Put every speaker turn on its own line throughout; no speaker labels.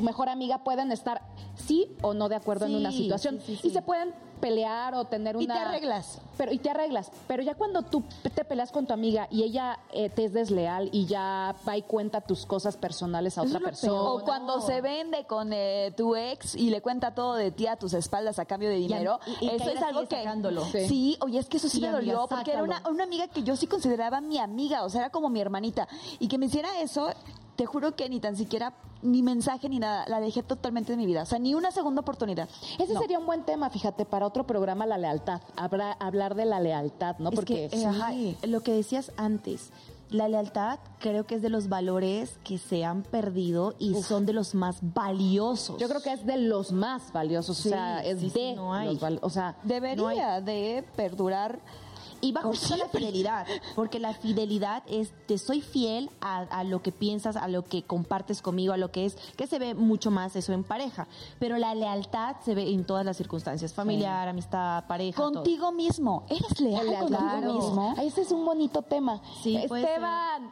mejor amiga pueden estar sí o no de acuerdo en una situación. Y se pueden pelear o tener una...
Y te arreglas.
Pero ya cuando tú te peleas con tu amiga y ella te es desleal y ya va y cuenta tus cosas personales a otra persona.
O cuando se vende con tu ex y le cuenta todo de ti a tus espaldas a cambio de dinero.
Y
eso es algo que... Sí, oye, es que eso sí me dolió,
amiga,
porque era una amiga que yo sí consideraba mi amiga, o sea, era como mi hermanita. Y que me hiciera eso, te juro que ni tan siquiera ni mensaje ni nada, la dejé totalmente de mi vida, o sea, ni una segunda oportunidad.
Ese sería un buen tema, fíjate, para otro programa, la lealtad, hablar de la lealtad, ¿no? Porque
lo que decías antes, la lealtad creo que es de los valores que se han perdido y son de los más valiosos.
Yo creo que es de los más valiosos, o sea, es
no hay.
o sea,
debería de perdurar.
Y bajo la fidelidad, porque la fidelidad es te soy fiel a lo que piensas, a lo que compartes conmigo, a lo que es, que se ve mucho más eso en pareja, pero la lealtad se ve en todas las circunstancias, familiar, amistad, pareja,
contigo
todo.
Mismo, eres leal contigo mismo.
Ese es un bonito tema.
Sí,
Esteban,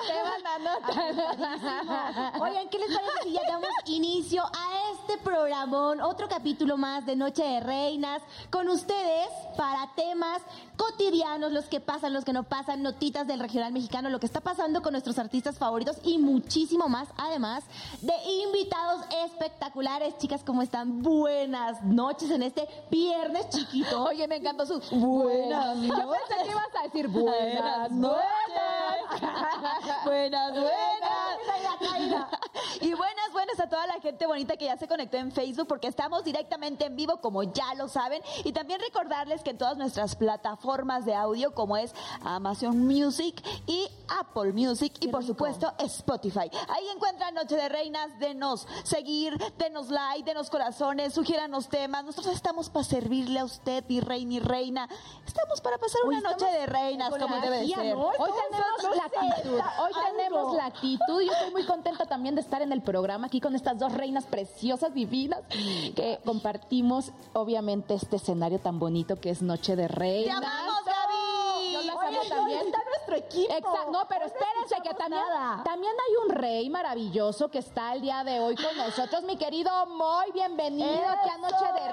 Oigan, ¿qué les parece si ya damos inicio a este programón, otro capítulo más de Noche de Reinas, con ustedes para temas cotidianos, los que pasan, los que no pasan, notitas del regional mexicano, lo que está pasando con nuestros artistas favoritos y muchísimo más, además de invitados espectaculares. Chicas, ¿cómo están? Buenas noches en este viernes chiquito.
Oye, me encantó su buenas noches. Yo pensé que ibas a decir buenas noches.
Buenas. Y buenas a toda la gente bonita que ya se conectó en Facebook, porque estamos directamente en vivo, como ya lo saben. Y también recordarles que en todas nuestras plataformas de audio, como es Amazon Music y Apple Music, y por supuesto Spotify. Ahí encuentran Noche de Reinas. Denos seguir, denos like, denos corazones, sugiéranos temas. Nosotros estamos para servirle a usted, mi rey, mi reina. Estamos para pasar una noche de reinas, como debe de ser.
¿No? Hoy tenemos la actitud. Yo estoy muy contenta también de estar en el programa aquí con estas dos reinas preciosas, divinas, que compartimos obviamente este escenario tan bonito que es Noche de Reinas.
¡Te amamos, Gaby!
Yo las amo también.
Está nuestro equipo.
Exacto. No, pero espérense que también hay un rey maravilloso que está el día de hoy con nosotros, mi querido Moy. Bienvenido aquí a Noche de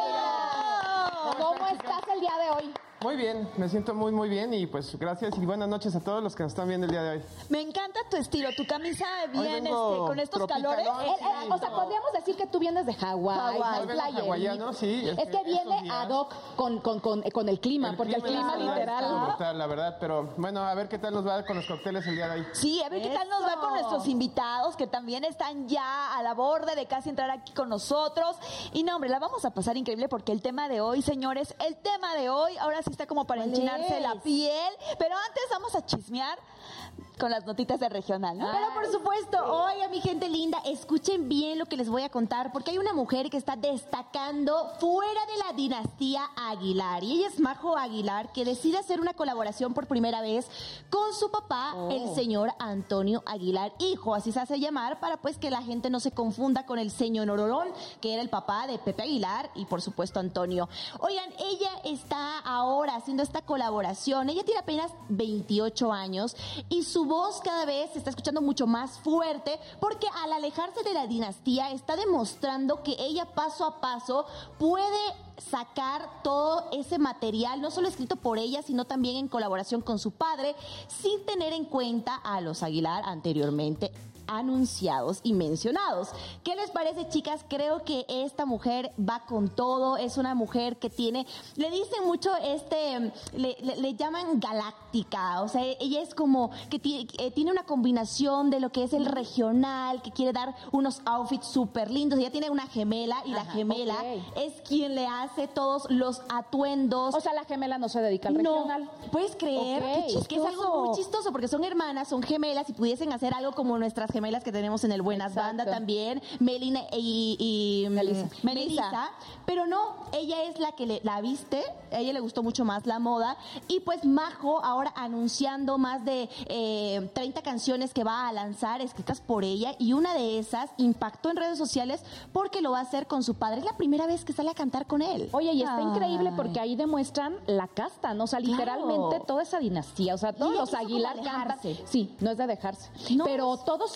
Reinas. ¿Cómo estás el día de hoy?
Muy bien, me siento muy bien y pues gracias y buenas noches a todos los que nos están viendo el día de hoy.
Me encanta tu estilo, tu camisa bien con estos calores.
O sea, podríamos decir que tú vienes de Hawái,
hawaiano, sí.
Es que viene ad hoc con el clima, porque el clima literal...
Está brutal, la verdad, pero bueno, a ver qué tal nos va con los cócteles el día de hoy.
Sí, a ver qué tal nos va con nuestros invitados, que también están ya a la borde de casi entrar aquí con nosotros. Y no, hombre, la vamos a pasar increíble, porque el tema de hoy, señores, ahora sí está como para enchinarse la piel, pero antes vamos a chismear con las notitas de regional, ¿no?
Pero por supuesto, oiga, mi gente linda, escuchen bien lo que les voy a contar, porque hay una mujer que está destacando fuera de la dinastía Aguilar, y ella es Majo Aguilar, que decide hacer una colaboración por primera vez con su papá, el señor Antonio Aguilar, hijo, así se hace llamar, para pues que la gente no se confunda con el señor Ororón, que era el papá de Pepe Aguilar, y por supuesto Antonio. Oigan, ella está ahora haciendo esta colaboración, ella tiene apenas 28 años, y su voz cada vez se está escuchando mucho más fuerte, porque al alejarse de la dinastía está demostrando que ella paso a paso puede sacar todo ese material, no solo escrito por ella, sino también en colaboración con su padre, sin tener en cuenta a los Aguilar anteriormente anunciados y mencionados. ¿Qué les parece, chicas? Creo que esta mujer va con todo, es una mujer que tiene, le dicen mucho le llaman galáctica, o sea, ella es como que tiene una combinación de lo que es el regional, que quiere dar unos outfits súper lindos. Ella tiene una gemela y la gemela es quien le hace todos los atuendos.
O sea, la gemela no se dedica al regional.
¿Puedes creer? Que es algo muy chistoso, porque son hermanas, son gemelas y pudiesen hacer algo como nuestras gemelas que tenemos en el Buenas Banda también, Melina y Melissa. Pero no, ella es la que la viste, a ella le gustó mucho más la moda, y pues Majo ahora anunciando más de 30 canciones que va a lanzar, escritas por ella, y una de esas impactó en redes sociales porque lo va a hacer con su padre. Es la primera vez que sale a cantar con él.
Oye, y está increíble porque ahí demuestran la casta, ¿no? O sea, literalmente toda esa dinastía, o sea, todos los Aguilar cantan. Sí, no es de dejarse. No, pero todos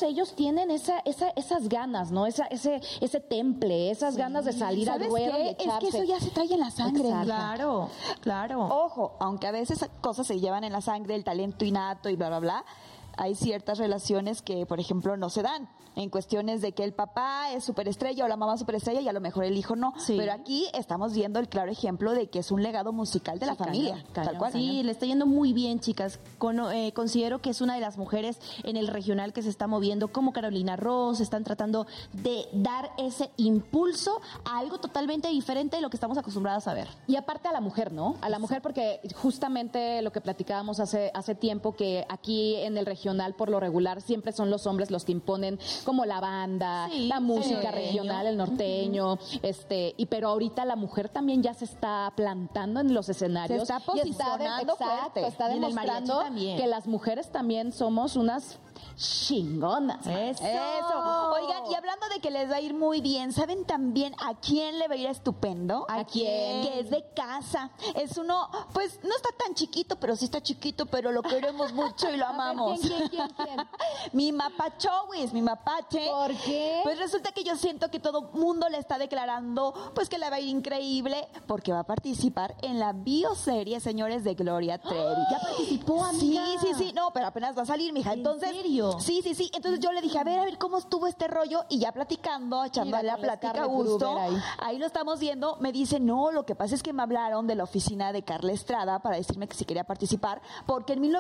ellos tienen esas ganas, ¿no? Ese temple, esas ganas de salir al
¿Sabes
ruedo
qué?
y echarse.
Es que eso ya se trae en la sangre.
Exacto.
Claro, claro.
Ojo, aunque a veces cosas se llevan en la sangre, el talento innato y bla, bla, bla, hay ciertas relaciones que, por ejemplo, no se dan. En cuestiones de que el papá es superestrella o la mamá superestrella y a lo mejor el hijo no.
Sí.
Pero aquí estamos viendo el claro ejemplo de que es un legado musical de la familia.
cañón.
Tal cual.
Sí, le está yendo muy bien, chicas. Considero que es una de las mujeres en el regional que se está moviendo, como Carolina Ross, están tratando de dar ese impulso a algo totalmente diferente de lo que estamos acostumbradas a ver.
Y aparte a la mujer, ¿no? A la mujer porque justamente lo que platicábamos hace tiempo, que aquí en el regional por lo regular siempre son los hombres los que imponen como la banda,
Sí,
la música
el
regional, el norteño, pero ahorita la mujer también ya se está plantando en los escenarios.
Se está
y
posicionando fuerte.
está
Y en el mariachi
demostrando
también.
que las mujeres también somos unas chingonas.
Eso.
Eso. Oigan, y hablando de que les va a ir muy bien, ¿saben también a quién le va a ir estupendo?
¿A quién?
Que es de casa. Es uno, pues no está tan chiquito, pero sí está chiquito, pero lo queremos mucho y lo amamos.
¿Quién?
Mi mapachowis, mi mapache.
¿Por qué?
Pues resulta que yo siento que todo mundo le está declarando pues que le va a ir increíble porque va a participar en la bioserie, señores, de Gloria Trevi.
Ya participó, amiga.
Sí, no, pero apenas va a salir, mija.
¿En
Entonces,
serio?
Sí. Entonces yo le dije, a ver cómo estuvo este rollo y ya platicando, echándole
Mira,
la
con la
plática a
Scarlett
gusto.
Gruber
Ahí lo estamos viendo. Me dice, no, lo que pasa es que me hablaron de la oficina de Carla Estrada para decirme que si quería participar, porque en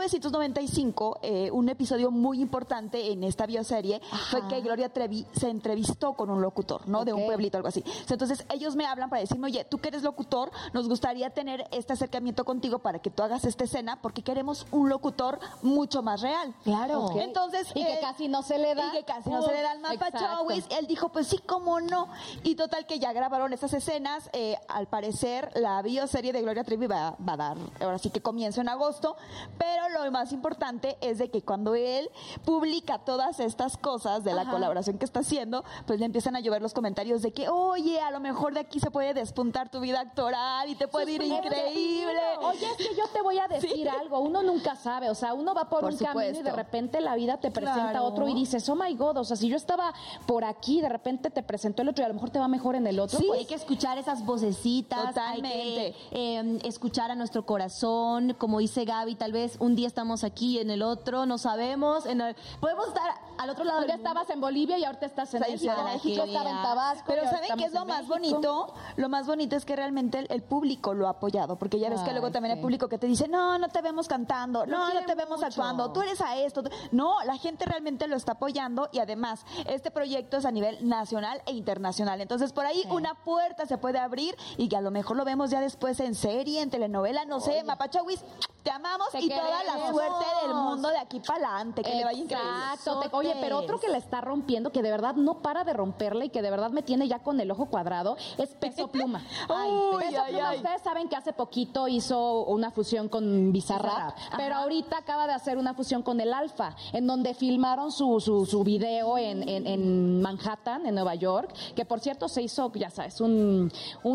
1995 un episodio muy importante en esta bioserie fue que Gloria Trevi se entrevistó con un locutor, ¿no? De un
Ok.
pueblito, algo así. Entonces ellos me hablan para decirme, oye, tú que eres locutor, nos gustaría tener este acercamiento contigo para que tú hagas esta escena porque queremos un locutor mucho más real.
Claro.
Ok.
Entonces,
Y que casi no se le da.
Y que casi no se le da al mapachowis. Él dijo, pues sí, cómo no. Y total que ya grabaron esas escenas. Al parecer, la bioserie de Gloria Trevi va a dar, ahora sí que comienza en agosto. Pero lo más importante es de que cuando él publica todas estas cosas de la colaboración que está haciendo, pues le empiezan a llover los comentarios de que, oye, a lo mejor de aquí se puede despuntar tu vida actoral y te puede ir increíble.
Oye, es que yo te voy a decir algo, uno nunca sabe, o sea, uno va por un camino y de
supuesto.
repente la vida te presenta
Claro.
otro y dices, oh my God, o sea, si yo estaba por aquí, de repente te presentó el otro y a lo mejor te va mejor en el otro.
Sí,
pues,
hay que escuchar esas vocecitas,
Totalmente.
hay que escuchar a nuestro corazón, como dice Gaby, tal vez un día estamos aquí, en el otro, no sabemos, podemos estar al otro lado
tú ya
del mundo.
estabas en Bolivia y ahorita estás en
Ahí
México,
está,
México estaba en Tabasco.
Pero
y ahora
¿saben qué es lo
estamos
más
en México.
bonito? Lo más bonito es que realmente el público lo ha apoyado, porque ya ves que
Ay,
luego también
sí.
hay público que te dice, no te vemos cantando, no
quiere
te vemos
mucho.
actuando, tú eres a esto. No, la gente realmente lo está apoyando y además este proyecto es a nivel nacional e internacional. Entonces por ahí una puerta se puede abrir y que a lo mejor lo vemos ya después en serie, en telenovela, no sé, Mapachowis, te amamos
Te
y toda la
queremos.
suerte del mundo de aquí para adelante, que le vaya increíble.
Exacto. Oye, pero otro que la está rompiendo, que de verdad no para de romperla y que de verdad me tiene ya con el ojo cuadrado, es Peso Pluma.
Uy,
Peso Pluma, ustedes saben que hace poquito hizo una fusión con Bizarrap, pero ahorita acaba de hacer una fusión con el Alfa, en donde filmaron su video en Manhattan, en Nueva York, que por cierto se hizo, ya sabes, un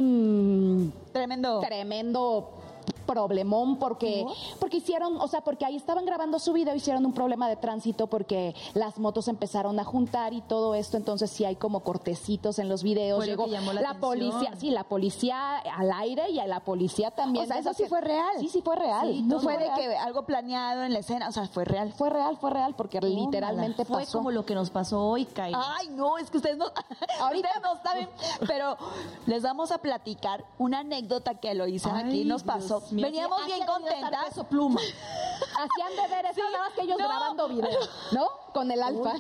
Tremendo.
tremendo problemón porque hicieron, o sea, porque ahí estaban grabando su video, hicieron un problema de tránsito porque las motos empezaron a juntar y todo esto, entonces sí hay como cortecitos en los videos.
Fue lo
Llegó
que llamó la
la
atención.
policía, sí, la policía al aire y a la policía también.
O sea,
de
eso
esas
sí
que-
fue real.
Sí, fue real.
Sí, no
todo
fue de
real.
que algo planeado en la escena, o sea, fue real.
Fue real, porque literalmente
Fue
pasó.
como lo que nos pasó hoy, Kai.
Ay, no, es que ustedes no,
Ahorita-
ustedes no saben, pero les vamos a platicar una anécdota que lo hice
Ay,
aquí, nos
Dios
pasó.
mío.
Veníamos
Así
bien
ha debido estar
contentas.
Peso Pluma.
Hacían de ver eso, nada más que ellos grabando video, ¿no? Con el Alfa.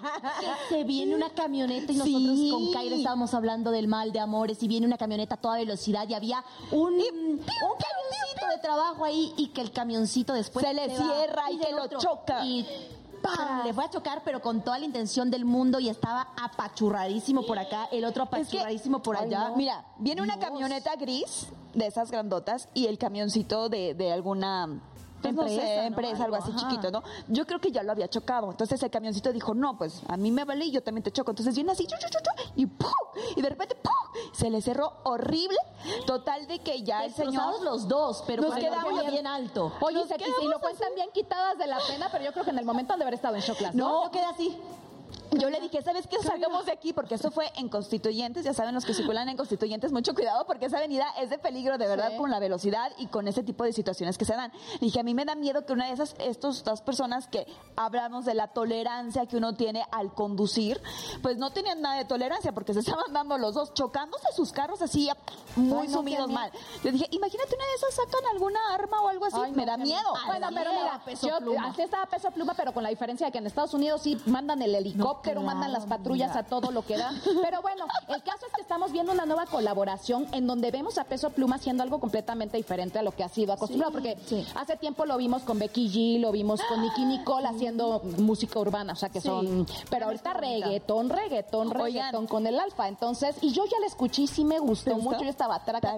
Se viene una camioneta y nosotros
Sí.
con Kaira estábamos hablando del mal de amores y viene una camioneta a toda velocidad y había un camioncito de trabajo ahí y que el camioncito después
Se le
va,
cierra y
del
que lo
otro,
choca.
y ¡pam! Le fue a chocar pero con toda la intención del mundo y estaba apachurradísimo por acá, el otro
Es que-
apachurradísimo por
Ay,
allá.
no. Mira, viene una camioneta gris de esas grandotas y el camioncito de alguna pues no sé,
Empresa, ¿no?
empresa, algo así
Ajá.
chiquito, ¿no? Yo creo que ya lo había chocado. Entonces el camioncito dijo, no, pues a mí me vale y yo también te choco. Entonces viene así, y ¡pum! Y de repente, ¡pum! Se le cerró horrible. Total de que ya el señor...
Destrozados los dos, pero
Nos
con el
quedamos
orgullo bien alto.
Oye,
Nos
y lo
quedamos
cuentan bien quitadas de la pena, pero yo creo que en el momento han de haber estado en shock las dos.
No, yo quedé así.
Yo le dije, ¿sabes qué? Salgamos de aquí, porque eso fue en Constituyentes, ya saben, los que circulan en Constituyentes, mucho cuidado, porque esa avenida es de peligro, de verdad, con la velocidad y con ese tipo de situaciones que se dan. Le dije, a mí me da miedo que una de estas dos personas que hablamos de la tolerancia que uno tiene al conducir, pues no tenían nada de tolerancia, porque se estaban dando los dos, chocándose sus carros así, muy sumidos mal. Yo dije, imagínate una de esas sacan alguna arma o algo así, me da miedo.
Bueno, pero mira, así estaba Peso Pluma, pero con la diferencia de que en Estados Unidos sí mandan el helicóptero, mandan las patrullas a todo lo que da. Pero bueno, el caso es que estamos viendo una nueva colaboración en donde vemos a Peso Pluma haciendo algo completamente diferente a lo que ha sido acostumbrado, porque hace tiempo lo vimos con Becky G, lo vimos con Nicki Nicole haciendo música urbana, o sea que son, pero ahorita reggaetón con el Alfa. Entonces, y yo ya la escuché y sí me gustó mucho. Yo estaba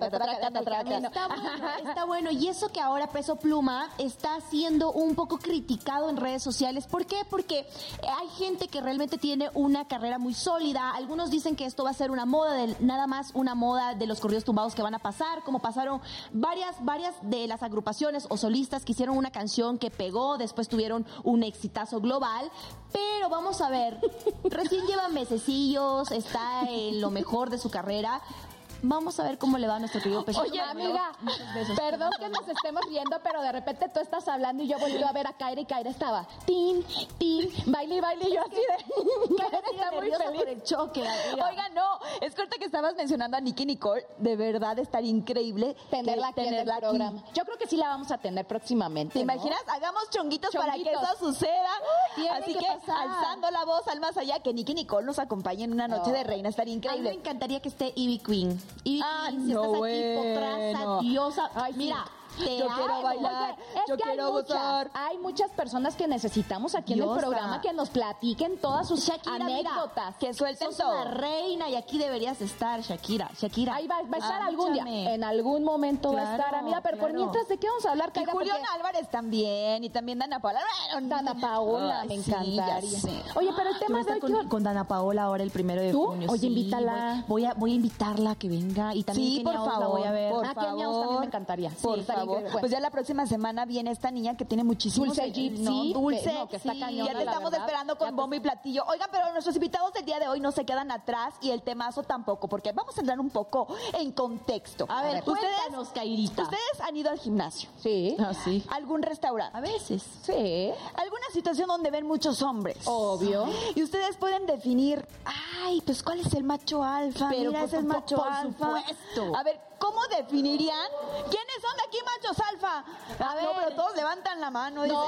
Está bueno. Y eso que ahora Peso Pluma está siendo un poco criticado en redes sociales. ¿Por qué? Porque hay gente que realmente tiene una carrera muy sólida. Algunos dicen que esto va a ser una moda, nada más una moda de los corridos tumbados que van a pasar, como pasaron varias de las agrupaciones o solistas que hicieron una canción que pegó, después tuvieron un exitazo global. Pero vamos a ver, recién lleva mesecillos, está en lo mejor de su carrera. Vamos a ver cómo le va a nuestro querido Peso.
Oye, amiga, perdón que nos estemos riendo, pero de repente tú estás hablando y yo volví a ver a Kaira y Kaira estaba tin, baile, y yo así de... Kaira está muy feliz
por el choque.
Oiga, no, es corta que estabas mencionando a Nicki Nicole, de verdad estaría increíble
tenerla aquí en el programa. Yo creo que sí la vamos a tener próximamente.
¿Te imaginas? Hagamos chonguitos para que eso suceda. Así que alzando la voz al más allá, que Nicki Nicole nos acompañe en una noche de reina, estaría
A
increíble.
mí me encantaría que esté Ivy Queen. Ivy Queen, si
no,
estás aquí, potraza, diosa.
Ay,
mira,
yo quiero bailar, yo quiero gozar.
Hay muchas personas que necesitamos aquí en el programa que nos platiquen todas sus anécdotas.
Que suelten
sos
todo.
una reina y aquí deberías estar, Shakira.
Ahí va a estar algún día. En algún momento va a estar, amiga. Pero por mientras, ¿de qué vamos a hablar,
Kaira? Y Julián Álvarez también, y también Dana Paola.
Dana Paola, me encantaría. Oye, pero el tema de hoy...
con Dana Paola ahora el 1 de junio.
Oye, invítala.
Voy a invitarla a que venga. Y también
por favor,
la voy a ver.
Kenia Os también me encantaría.
Por favor. Pues ya la próxima semana viene esta niña que tiene muchísimos...
Dulce Gypsy.
Dulce,
que está cañona,
ya te estamos esperando con bombo y platillo. Oigan, pero nuestros invitados del día de hoy no se quedan atrás y el temazo tampoco, porque vamos a entrar un poco en contexto.
A ver, cuéntanos, Kairita.
¿Ustedes han ido al gimnasio?
Sí.
Sí.
¿Algún restaurante?
A veces.
Sí.
¿Alguna situación donde ven muchos hombres?
Obvio.
Y ustedes pueden definir, ay, pues ¿cuál es el macho alfa?
Pero
mira, es el macho
por
alfa.
supuesto.
A ver, ¿cómo definirían quiénes son de aquí machos alfa?
A ver.
No, pero todos levantan la mano. Dice,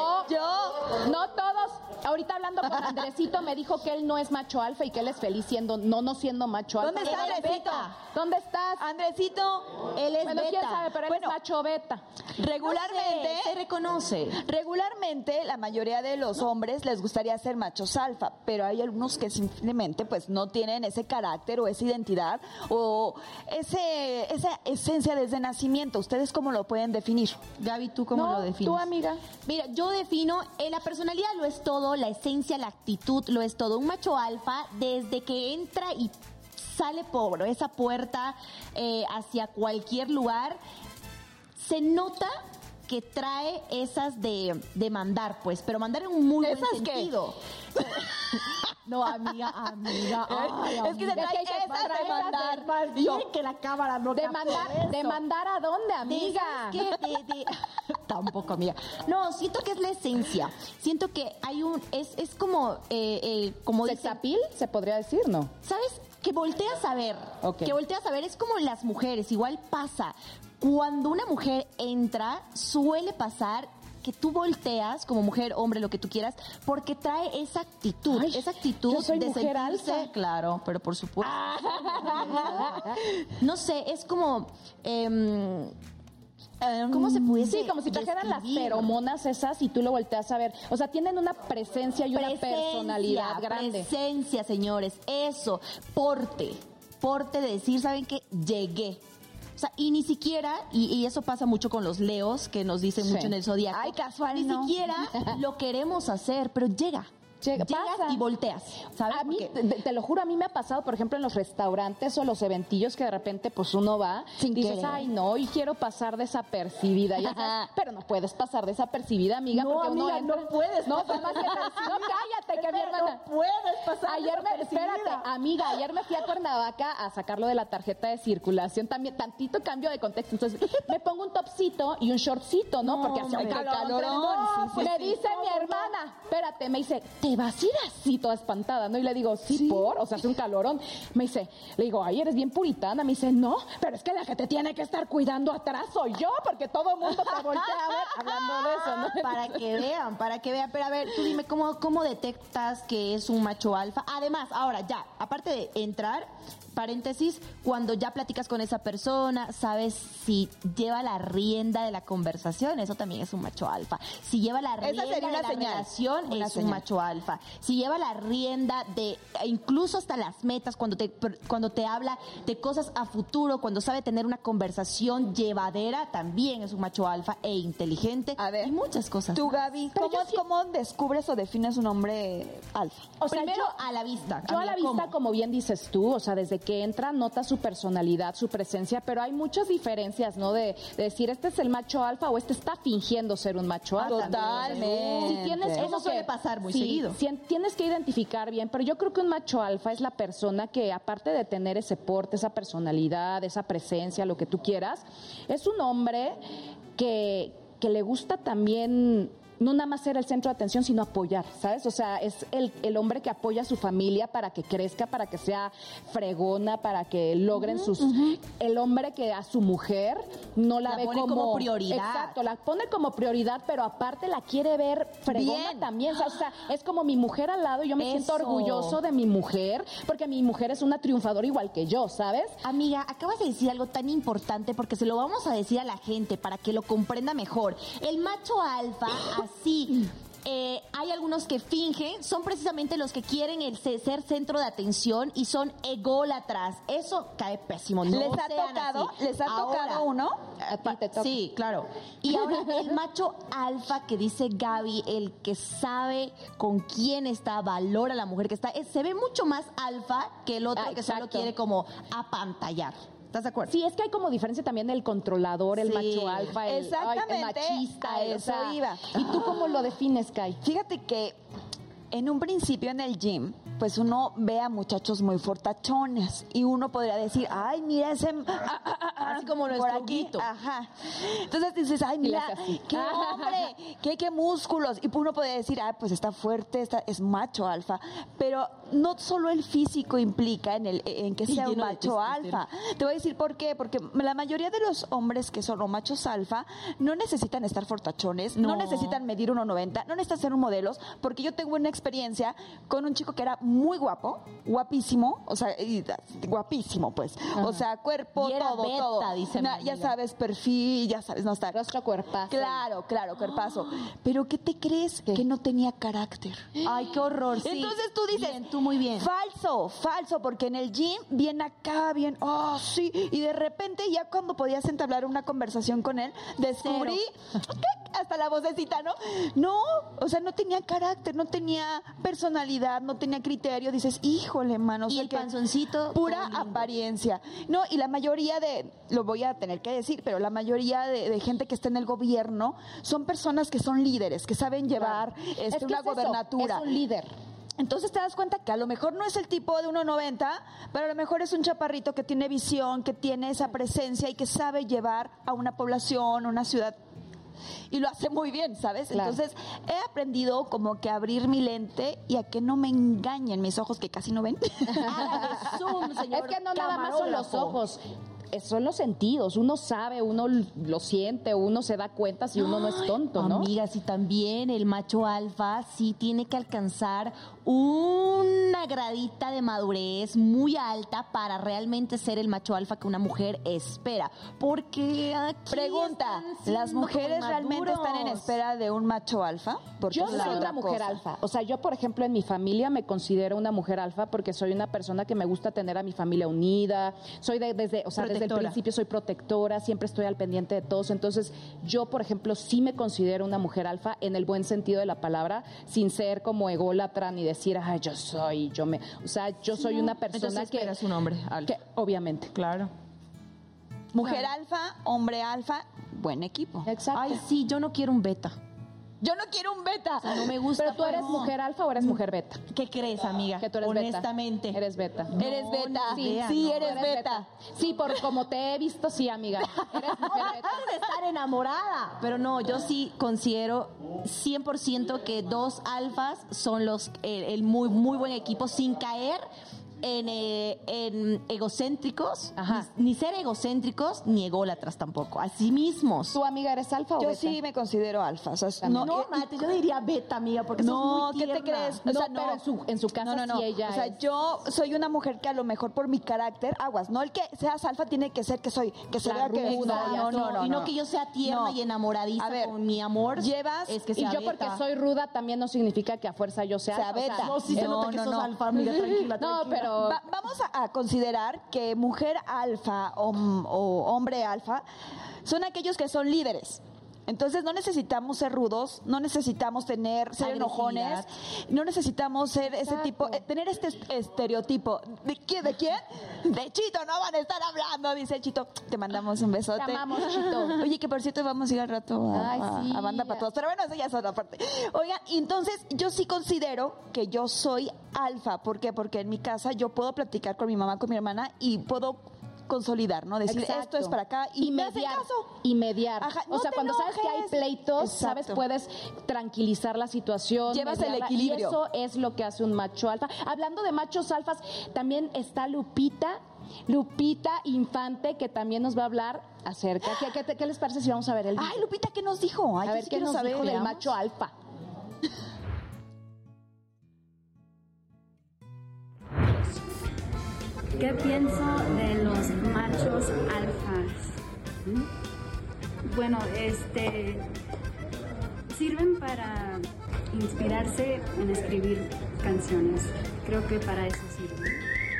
No todos. Ahorita hablando con Andresito me dijo que él no es macho alfa y que él es feliz no siendo macho alfa.
¿Dónde está Andresito?
¿Dónde estás?
Andresito, él es
Bueno,
beta.
quién sabe, pero él es macho beta.
Regularmente,
se reconoce.
Regularmente, la mayoría de los hombres les gustaría ser machos alfa, pero hay algunos que simplemente pues no tienen ese carácter o esa identidad o esa esencia desde nacimiento. ¿Ustedes cómo lo pueden definir?
Gaby, ¿tú cómo lo defines?
Tu amiga.
Mira, yo defino, la personalidad lo es todo, la esencia, la actitud lo es todo. Un macho alfa, desde que entra y sale por esa puerta hacia cualquier lugar, se nota que trae esas de mandar, pues, pero mandar en un muy buen sentido. No, amiga.
Es que se trae esas de mandar.
Que la cámara no
¿De mandar a dónde, amiga?
Tampoco, amiga. No, siento que es la esencia. Siento que hay es como
¿Sexapil? Se podría decir, ¿no?
¿Sabes? Que volteas a ver.
Ok.
Que volteas a ver. Es como las mujeres. Igual pasa. Cuando una mujer entra, suele pasar que tú volteas como mujer, hombre, lo que tú quieras, porque trae esa actitud.
Ay,
esa actitud
yo soy
de
mujer
sentirse,
alfa.
claro, pero por supuesto. No sé, es como... ¿cómo se puede
Sí, como si trajeran las
describir?
feromonas esas y tú lo volteas a ver. O sea, tienen una presencia y una personalidad grande.
Presencia, señores. Eso. Porte de decir, ¿saben qué? Llegué. O sea, y ni siquiera, y eso pasa mucho con los leos, que nos dicen mucho en el zodiaco.
Ay, casual,
Ni
no.
siquiera lo queremos hacer, pero llega. llegas
pasa.
y volteas, ¿sabes?
A mí,
Porque-
te lo juro, a mí me ha pasado, por ejemplo, en los restaurantes o los eventillos que de repente pues uno va,
Sin
dices,
querer.
ay no, y quiero pasar desapercibida, ya sabes, pero no puedes pasar desapercibida, amiga,
No,
porque uno
amiga,
entra.
no puedes
No,
pasar
mamá, no, cállate, que mi hermana.
No puedes pasar
Ayer me,
desapercibida.
espérate, amiga, ayer me fui a Cuernavaca a sacarlo de la tarjeta de circulación, también tantito cambio de contexto, entonces me pongo un topcito y un shortcito, ¿no? Porque hacía un
hombre,
calorón
calorón,
tremendo.
sí, sí,
Me
sí.
dice mi hermana, espérate, me dice, ¿te vas a ir así toda espantada, no? Y le digo, ¿sí, por? O sea, hace un calorón. Me dice, le digo, ay, eres bien puritana. Me dice, no, pero es que la que te tiene que estar cuidando atrás soy yo, porque todo el mundo te voltea a ver hablando de eso, ¿no?
Para que vean. Pero a ver, tú dime, ¿cómo detectas que es un macho alfa? Además, ahora ya, aparte de entrar, paréntesis, cuando ya platicas con esa persona, sabes si lleva la rienda de la conversación, eso también es un macho alfa. Si lleva la rienda
sería
de
una
la
señal.
relación,
Una
es
señal.
un macho alfa. Si lleva la rienda de, incluso hasta las metas, cuando te habla de cosas a futuro, cuando sabe tener una conversación llevadera, también es un macho alfa e inteligente.
A ver,
y muchas cosas.
Tú,
más.
Gaby, ¿cómo descubres o defines un hombre alfa?
O sea,
Primero
yo-
a la vista.
Yo a la
amiga,
vista,
¿cómo?
como bien dices tú, o sea, desde que entra, nota su personalidad, su presencia, pero hay muchas diferencias, ¿no? De decir, este es el macho alfa o este está fingiendo ser un macho alfa.
Totalmente.
Si tienes
Eso
como
suele
que-
pasar muy
sí,
seguido.
Tienes que identificar bien, pero yo creo que un macho alfa es la persona que, aparte de tener ese porte, esa personalidad, esa presencia, lo que tú quieras, es un hombre que le gusta también no nada más ser el centro de atención, sino apoyar, ¿sabes? O sea, es el hombre que apoya a su familia para que crezca, para que sea fregona, para que logren sus... El hombre que a su mujer no la,
La
ve
pone como prioridad.
Exacto, la pone como prioridad, pero aparte la quiere ver fregona
Bien.
también. O sea, es como mi mujer al lado y yo me siento
Eso.
orgulloso de mi mujer, porque mi mujer es una triunfadora igual que yo, ¿sabes?
Amiga, acabas de decir algo tan importante porque se lo vamos a decir a la gente para que lo comprenda mejor. El macho alfa, así, hay algunos que fingen, son precisamente los que quieren ser centro de atención y son ególatras. Eso cae pésimo. No
¿Les ha
sean
tocado?
así.
¿Les ha
Ahora,
tocado uno?
A ti te toca.
Sí, claro. Y ahora el macho alfa que dice Gaby, el que sabe con quién está, valora a la mujer que está, se ve mucho más alfa que el otro que solo
Exacto.
quiere como apantallar. ¿Estás de acuerdo?
Sí, es que hay como diferencia también el controlador, el
Sí,
macho alfa, el
exactamente,
machista.
a eso iba.
¿Y tú cómo lo defines, Kai?
Fíjate que en un principio en el gym, pues uno ve a muchachos muy fortachones y uno podría decir, ay, mira ese...
Así como
por
nuestro
aquí.
Guito.
Ajá. Entonces dices, ay,
Y le
mira,
hace así.
qué hombre, qué músculos. Y uno podría decir, ah, pues está fuerte, es macho alfa. Pero no solo el físico implica en que
Y
sea un
lleno de
macho
testosterona.
alfa. Te voy a decir por qué. Porque la mayoría de los hombres que son o machos alfa no necesitan estar fortachones, no necesitan medir 1.90, no necesitan ser un modelos, porque yo tengo una experiencia con un chico que era muy guapo, guapísimo, o sea, guapísimo, pues. O sea, cuerpo,
Y era
todo,
beta,
todo.
dice mi
Ya
amiga.
sabes, perfil, ya sabes, no está.
Rostro cuerpazo.
Claro, cuerpazo. Pero ¿qué te crees? Que no tenía carácter.
Ay, qué horror. Sí.
Entonces tú dices,
Bien, tú muy bien.
falso, porque en el gym, bien acá, bien, sí, y de repente ya cuando podías entablar una conversación con él, descubrí, hasta la vocecita, ¿no? No, o sea, no tenía carácter, no tenía personalidad, no tenía criterio, dices, híjole, mano. o
Y
sea
el
que
panzoncito,
pura
todo lindo.
apariencia. No, y la mayoría lo voy a tener que decir, pero la mayoría de gente que está en el gobierno son personas que son líderes, que saben llevar
Es que
una
es eso,
gobernatura.
es un líder.
Entonces te das cuenta que a lo mejor no es el tipo de 1.90, pero a lo mejor es un chaparrito que tiene visión, que tiene esa presencia y que sabe llevar a una población, una ciudad. Y lo hace muy bien, ¿sabes?
Claro.
Entonces he aprendido como que a abrir mi lente y a que no me engañen mis ojos que casi no ven.
Hágale zoom, señor
Es que no nada más son los
camarógrafo.
ojos. Son los sentidos, uno sabe, uno lo siente, uno se da cuenta si uno no es tonto, ¿no?
Amigas, y también el macho alfa sí tiene que alcanzar una gradita de madurez muy alta para realmente ser el macho alfa que una mujer espera. Porque aquí
Pregunta,
están
¿las
siendo
mujeres
como
realmente están en
inmaduros.
espera de un macho alfa? Porque
Yo
esa es
soy
la
una
otra
mujer
cosa.
alfa. O sea, yo, por ejemplo, en mi familia me considero una mujer alfa porque soy una persona que me gusta tener a mi familia unida. Soy desde desde el principio soy protectora, siempre estoy al pendiente de todos. Entonces, yo, por ejemplo, sí me considero una mujer alfa en el buen sentido de la palabra, sin ser como ególatra ni decir, ay, yo soy una persona
Entonces,
que
esperas un hombre alfa.
que obviamente.
Claro.
Mujer alfa, hombre alfa, buen equipo.
Exacto.
Ay, sí, yo no quiero un beta.
Yo no quiero un beta.
No me gusta.
Pero tú eres
no.
mujer alfa o eres mujer beta.
¿Qué crees, amiga?
Que tú eres
Honestamente.
beta. Eres beta.
Eres beta.
ni idea,
Sí,
no.
eres
Eres
beta.
Sí, por como te he visto, sí, amiga. Eres mujer beta.
Acabas de estar enamorada. Pero no, yo sí considero 100% que dos alfas son el muy, muy buen equipo sin caer en egocéntricos,
Ajá.
ni ser egocéntricos ni ególatras tampoco, así mismos.
¿Tu amiga eres alfa o
Yo
beta?
sí me considero alfa. O sea,
También.
No, Mate, yo diría beta, amiga, porque
No,
sos muy
¿qué te
tierna.
crees?
No,
O sea,
pero en su casa sí ella
O sea,
es.
yo soy una mujer que a lo mejor por mi carácter, aguas, no el que seas alfa tiene que ser que se vea que
ruda,
Exacto, y no que yo sea tierna
No.
y enamoradiza
A ver,
con mi amor.
llevas-
es que
Y
sea
yo porque
beta.
soy ruda también no significa que a fuerza yo sea
Sea
alfa.
beta.
No, sí se
No,
nota que
no,
sos
no.
alfa, amiga, tranquila,
No,
tranquila.
pero
Vamos a considerar que mujer alfa o hombre alfa son aquellos que son líderes. Entonces no necesitamos ser rudos, no necesitamos ser
Agresividad.
enojones, no necesitamos ser ese
Exacto.
tipo, tener este estereotipo. ¿De quién? ¿De quién? De Chito, no van a estar hablando, dice el Chito. Te mandamos un besote.
Te amamos, Chito.
Oye, que por cierto vamos a ir al rato
Ay, sí.
a Banda para Todos. Pero bueno, eso ya es otra parte. Oigan, entonces yo sí considero que yo soy alfa. ¿Por qué? Porque en mi casa yo puedo platicar con mi mamá, con mi hermana y puedo consolidar, ¿no? Decir,
Exacto.
esto es para acá y me hacen
mediar.
caso.
Y mediar.
Ajá,
o
no
sea,
te
cuando sabes que hay
enojes.
pleitos, sabes,
Exacto.
puedes tranquilizar la situación.
Llevas el
mediarla,
equilibrio.
Y eso es lo que hace un macho alfa. Hablando de machos alfas, también está Lupita Infante, que también nos va a hablar acerca. ¿Qué les parece si vamos a ver el video?
Ay, Lupita, ¿qué nos dijo? Ay,
a
yo
ver
sí
qué
quiero
nos
saber.
dijo del
Veamos.
macho alfa.
¿Qué pienso de los machos alfas? Bueno, sirven para inspirarse en escribir canciones. Creo que para eso sirven.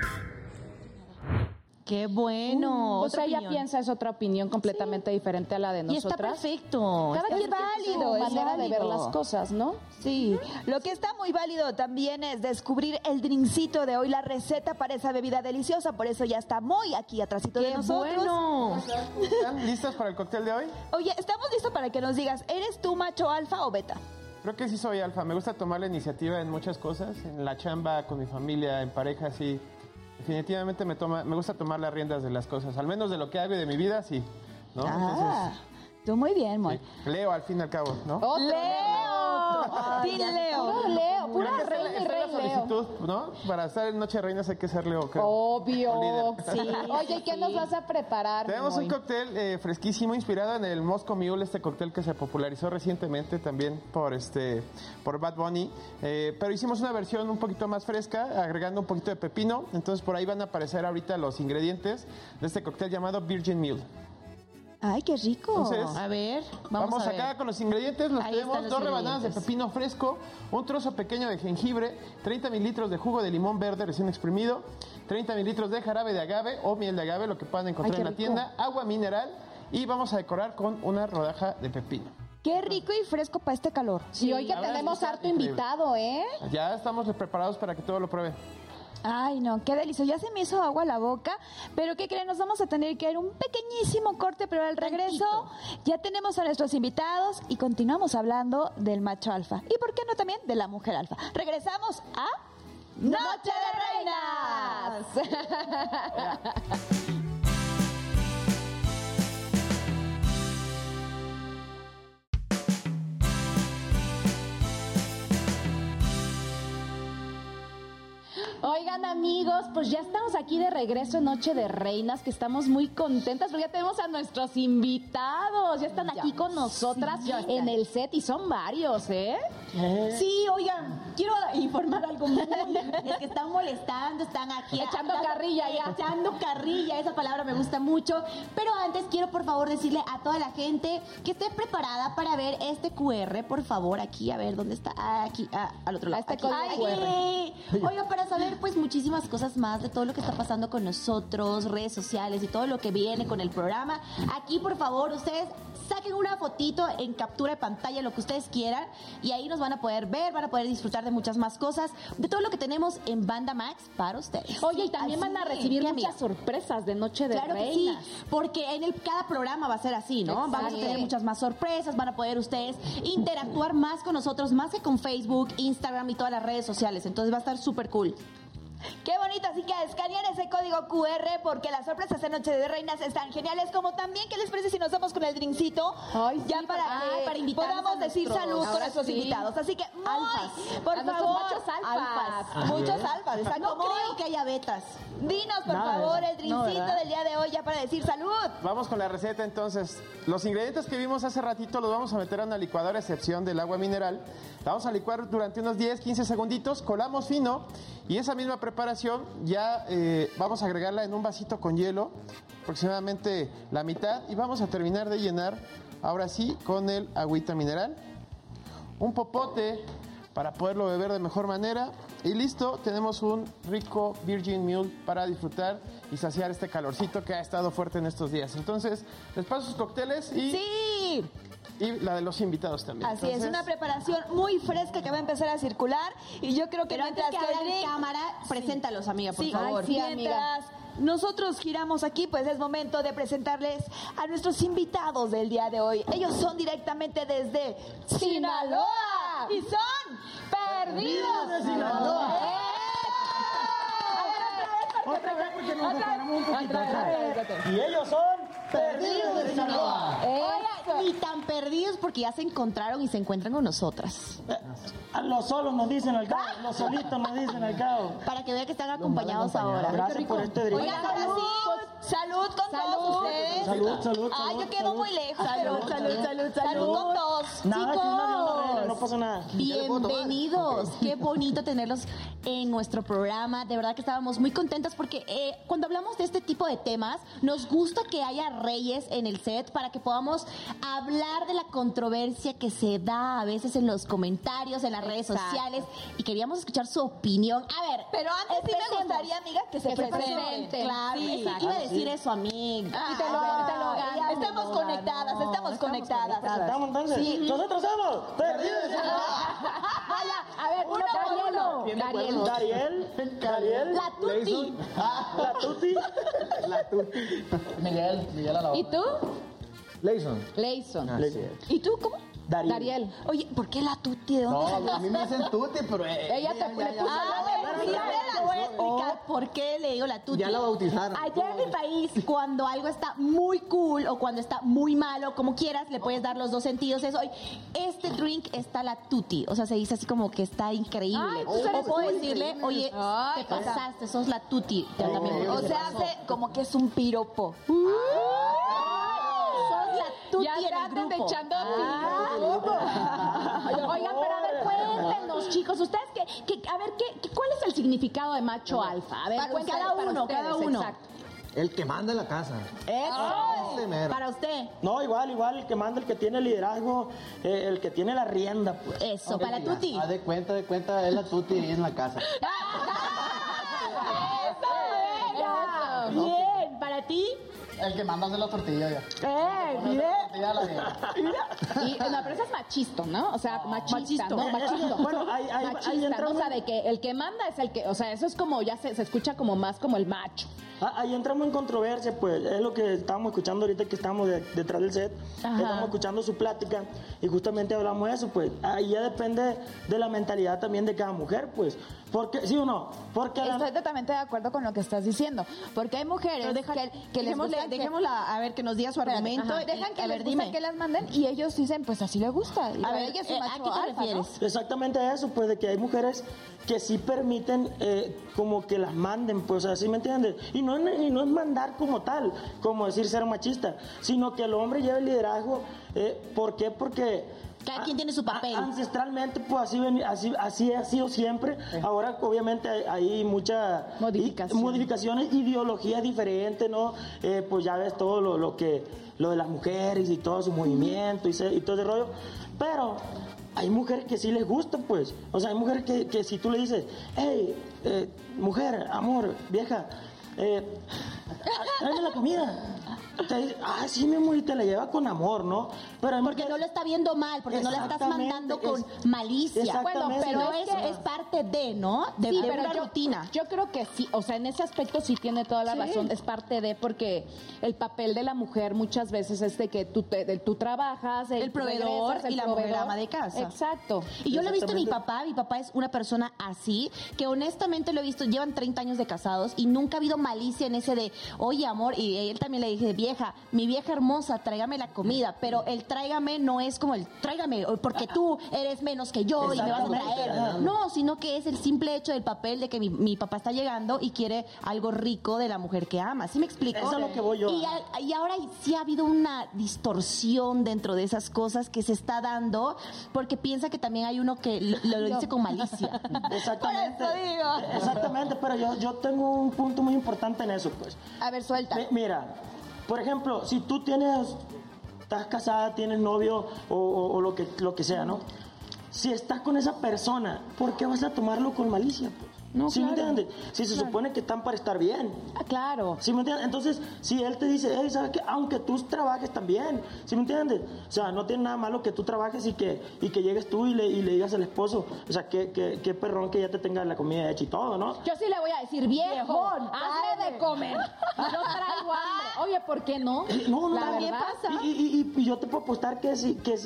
Qué bueno.
O sea, ella
opinión.
piensa, es otra opinión completamente diferente a la de
Y está
nosotras.
perfecto.
Cada
Es
quien tiene
válido,
su
es
manera de ver
válido.
las cosas, ¿no?
Sí, lo que está muy válido también es descubrir el drinkcito de hoy, la receta para esa bebida deliciosa, por eso ya está muy aquí atrásito de
Qué
nosotros.
bueno.
¿Están listas para el cóctel de hoy?
Oye, estamos listos para que nos digas, ¿eres tú macho alfa o beta?
Creo que sí soy alfa. Me gusta tomar la iniciativa en muchas cosas. En la chamba, con mi familia, en pareja, sí. Definitivamente me gusta tomar las riendas de las cosas. Al menos de lo que hago y de mi vida, sí. ¿No?
Tú muy bien, Moy.
Sí. Leo al fin y al cabo, ¿no?
¡Leo! ¡Tin Leo!
Puro Leo, pura
Creo que
reina y
está
rey
la
Leo.
solicitud, ¿no? Para estar en Noche de Reinas hay que ser Leo, creo.
Obvio.
O líder.
Sí. Oye, ¿qué nos vas a preparar?
Tenemos un
Moy?
cóctel fresquísimo inspirado en el Moscow Mule, este cóctel que se popularizó recientemente también por Bad Bunny. Pero hicimos una versión un poquito más fresca, agregando un poquito de pepino. Entonces por ahí van a aparecer ahorita los ingredientes de este cóctel llamado Virgin Mule.
¡Ay, qué rico!
Entonces,
A ver,
Vamos
a ver.
acá con los ingredientes. Los
Ahí
tenemos:
están los
2 rebanadas de
ingredientes.
pepino fresco, un trozo pequeño de jengibre, 30 mililitros de jugo de limón verde recién exprimido, 30 mililitros de jarabe de agave o miel de agave, lo que puedan encontrar
Ay,
en
qué
la
rico.
tienda, agua mineral y vamos a decorar con una rodaja de pepino.
¡Qué rico y fresco para este calor!
Sí, hoy que
la verdad
tenemos
es que está
harto
increíble.
invitado, ¿eh?
Ya estamos preparados para que todo lo prueben.
Ay, no, qué delicioso. Ya se me hizo agua la boca. Pero ¿qué creen? Nos vamos a tener que ir un pequeñísimo corte, pero al regreso ya tenemos a nuestros invitados y continuamos hablando del macho alfa. Y por qué no también de la mujer alfa. Regresamos a Noche de Reinas.
Oigan, amigos, pues ya estamos aquí de regreso en Noche de Reinas, que estamos muy contentas porque ya tenemos a nuestros invitados. Ya están aquí con nosotras en el set y son varios, ¿eh?
Sí, oigan, quiero informar algo muy... Es que están molestando, están aquí...
Echando carrilla ya.
Echando carrilla, esa palabra me gusta mucho. Pero antes quiero, por favor, decirle a toda la gente que esté preparada para ver este QR, por favor, aquí, a ver, ¿dónde está? Aquí, al otro lado.
Este
Aquí.
código
Ay, oiga, para saber, pues, muchísimas cosas más de todo lo que está pasando con nosotros, redes sociales y todo lo que viene con el programa. Aquí, por favor, ustedes saquen una fotito en captura de pantalla, lo que ustedes quieran, y ahí nos van a poder ver, van a poder disfrutar de muchas más cosas, de todo lo que tenemos en Banda Max para ustedes.
Oye, y también
Así,
van a recibir
¿qué,
muchas
amiga?
sorpresas de Noche de
Claro que
Reinas.
sí, porque en cada programa va a ser así, ¿no?
Exacto.
Vamos a tener muchas más sorpresas, van a poder ustedes interactuar más con nosotros, más que con Facebook, Instagram y todas las redes sociales. Entonces va a estar súper cool.
Qué bonito, así que a escanear ese código QR porque las sorpresas de Noche de Reinas están geniales, como también, ¿qué les parece si nos vamos con el drinkcito?
Ay,
ya
sí,
para que
para invitarlos
podamos
a
decir
nuestros-
salud con
ahora
nuestros
sí.
invitados. Así que,
Alfas.
por
A nuestros
favor,
machos alfas.
muchos alfas, exacto.
No
Moy,
creo que haya betas.
dinos, por
Nada de
favor,
eso.
el drinkcito del día de hoy ya para decir salud.
Vamos con la receta entonces. Los ingredientes que vimos hace ratito los vamos a meter a una licuadora a excepción del agua mineral. La vamos a licuar durante unos 10, 15 segunditos, colamos fino y esa misma preparación ya vamos a agregarla en un vasito con hielo, aproximadamente la mitad, y vamos a terminar de llenar ahora sí con el agüita mineral. Un popote para poderlo beber de mejor manera. Y listo, tenemos un rico Virgin Mule para disfrutar y saciar este calorcito que ha estado fuerte en estos días. Entonces, les paso sus cócteles
Sí.
y la de los invitados también.
Así es,
Entonces,
una preparación muy fresca que va a empezar a circular y yo creo que
Pero antes
mientras
que
el
abran
drink-
cámara, preséntalos, amiga, por
Sí,
favor.
ay, mientras nosotros giramos aquí, pues es momento de presentarles a nuestros invitados del día de hoy. Ellos son directamente desde Sinaloa y son Perdidos de Sinaloa.
Otra vez porque nos separamos un poquito. Y ellos son Perdidos de Sinaloa.
Oigan, ni tan perdidos porque ya se encontraron y se encuentran con nosotras.
A los solos nos dicen al cabo, los solitos nos dicen al cabo.
Para que vean que están acompañados ahora.
Gracias por este drink.
Oigan, ahora sí, salud con todos ustedes.
Salud, salud,
Ay,
salud,
yo quedo
salud.
muy lejos.
Salud,
pero-
salud, salud, salud.
Salud con todos.
Nada, aquí no había una regla, no
Chicos,
pasa nada.
bienvenidos. Qué bonito tenerlos en nuestro programa. De verdad que estábamos muy contentas porque cuando hablamos de este tipo de temas, nos gusta que haya reyes en el set para que podamos hablar de la controversia que se da a veces en los comentarios, en las redes
Exacto.
sociales, y queríamos escuchar su opinión. A ver,
Pero antes sí me
empecemos.
gustaría, amiga, que se presenten.
presenten.
Claro,
Sí,
es que iba a decir eso, amiga.
Y te lo gano.
Estamos conectadas, estamos conectadas.
¿Estamos entonces?
Sí.
Nosotros somos Perdidos de Sinaloa.
A ver, uno por uno. Dariel.
Dariel.
La Tuti.
La Tuti.
Miguel a la
¿Y tú?
Leison.
Leison.
¿Y tú cómo?
Dariel.
Oye, ¿por qué la Tuti? ¿De dónde
No, a mí me dicen Tuti, pero
Ella te le puso
A ver, sí, le voy a explicar por qué le digo la Tuti.
ya la bautizaron.
Allá en mi país, cuando algo está muy cool o cuando está muy malo, como quieras, le puedes dar los dos sentidos. Es hoy, este drink está la Tuti. O sea, se dice así como que está increíble.
Ay, pues
o
eres
puedo
muy
decirle, oye,
Ay,
te pasaste, sos la Tuti. Ya también.
O sea, hace como que es un piropo.
sos la Tuti
Ya
en
se
el
andan
grupo.
echando Oigan, pero a ver, cuéntenos, chicos, ustedes a ver, ¿cuál es el significado de macho alfa? A ver,
Para
cuéntanos
cada
para
uno,
ustedes,
cada uno.
exacto.
El que manda en la casa. Ese mero.
Para usted.
No, igual, el que manda, el que tiene liderazgo, el que tiene la rienda, pues.
Eso, para la Tuti.
Haz de cuenta, es la Tuti ahí en la casa.
Eso.
Bien, para ti.
El que manda hacer la tortilla ya.
Bien.
Ya la bien.
Y no, pero eso es machisto, ¿no? O sea, machista, ¿no? Machisto.
Bueno, ahí
Machista,
entra
¿no? O sea,
uno-
de que el que manda es el que, o sea, eso es como, ya se escucha como más como el macho.
Ahí entramos en controversia, pues es lo que estábamos escuchando ahorita que estamos detrás del set.
Ajá.
Estamos escuchando su plática y justamente hablamos de eso, pues ahí ya depende de la mentalidad también de cada mujer, pues. Porque, ¿sí o no? Porque
Estoy totalmente de acuerdo con lo que estás diciendo. Porque hay mujeres que les gusta que-
Dejémosla a ver que nos diga su argumento.
Ajá. Dejan que
a
les
ver,
gusta
dime.
que las manden y ellos dicen, pues así le gusta. Y
A
para
ver,
ella es un
¿a
macho
qué te
alfa, ¿no?
refieres?
exactamente a eso, pues de que hay mujeres que sí permiten como que las manden, pues así me entiendes. Y no es mandar como tal, como decir ser machista, sino que el hombre lleve el liderazgo. ¿Por qué? Porque
Cada quien tiene su papel.
Ancestralmente, pues así ha sido siempre. Ahora, obviamente, hay muchas modificaciones, ideologías diferentes, ¿no? Pues ya ves todo lo de las mujeres y todo su movimiento y todo ese rollo. Pero hay mujeres que sí les gusta, pues. O sea, hay mujeres que si tú le dices, hey, mujer, amor, vieja, tráeme la comida. Te dice, sí, mi amor, y te la lleva con amor, ¿no? Pero
porque no lo está viendo mal, porque no la estás mandando con malicia. Bueno, pero es parte de, ¿no? De una rutina.
Yo creo que sí, o sea, en ese aspecto sí tiene toda la razón, es parte de, porque el papel de la mujer muchas veces es de que tú trabajas,
el proveedor y la mujer ama de casa.
Exacto.
Y yo lo he visto en mi papá es una persona así, que honestamente lo he visto, llevan 30 años de casados y nunca ha habido malicia en ese de, oye, amor, y él también le dije, mi vieja hermosa, tráigame la comida, pero el tráigame no es como el tráigame, porque tú eres menos que yo y me vas a traer. No, sino que es el simple hecho del papel de que mi papá está llegando y quiere algo rico de la mujer que ama. ¿Sí me explico?
Eso es lo que voy yo.
Y ahora sí ha habido una distorsión dentro de esas cosas que se está dando, porque piensa que también hay uno que lo dice con malicia.
Exactamente.
Por eso digo.
Exactamente, pero yo tengo un punto muy importante en eso, pues.
A ver, suelta.
Mira, por ejemplo, si tú estás casada, tienes novio o lo que sea, ¿no? Si estás con esa persona, ¿por qué vas a tomarlo con malicia? Pues?
No,
¿Sí
claro.
me entiendes? Si se supone que están para estar bien.
Claro.
¿Sí me entiendes? Entonces, si él te dice, hey, ¿sabes qué? Aunque tú trabajes también, ¿sí me entiendes? O sea, no tiene nada malo que tú trabajes y que llegues tú y le digas al esposo, o sea, qué perrón que ya te tenga la comida hecha y todo, ¿no?
Yo sí le voy a decir, viejón, hazme de comer. Yo traigo hambre. Oye, ¿por qué no?
No,
también
pasa. Y yo te puedo apostar que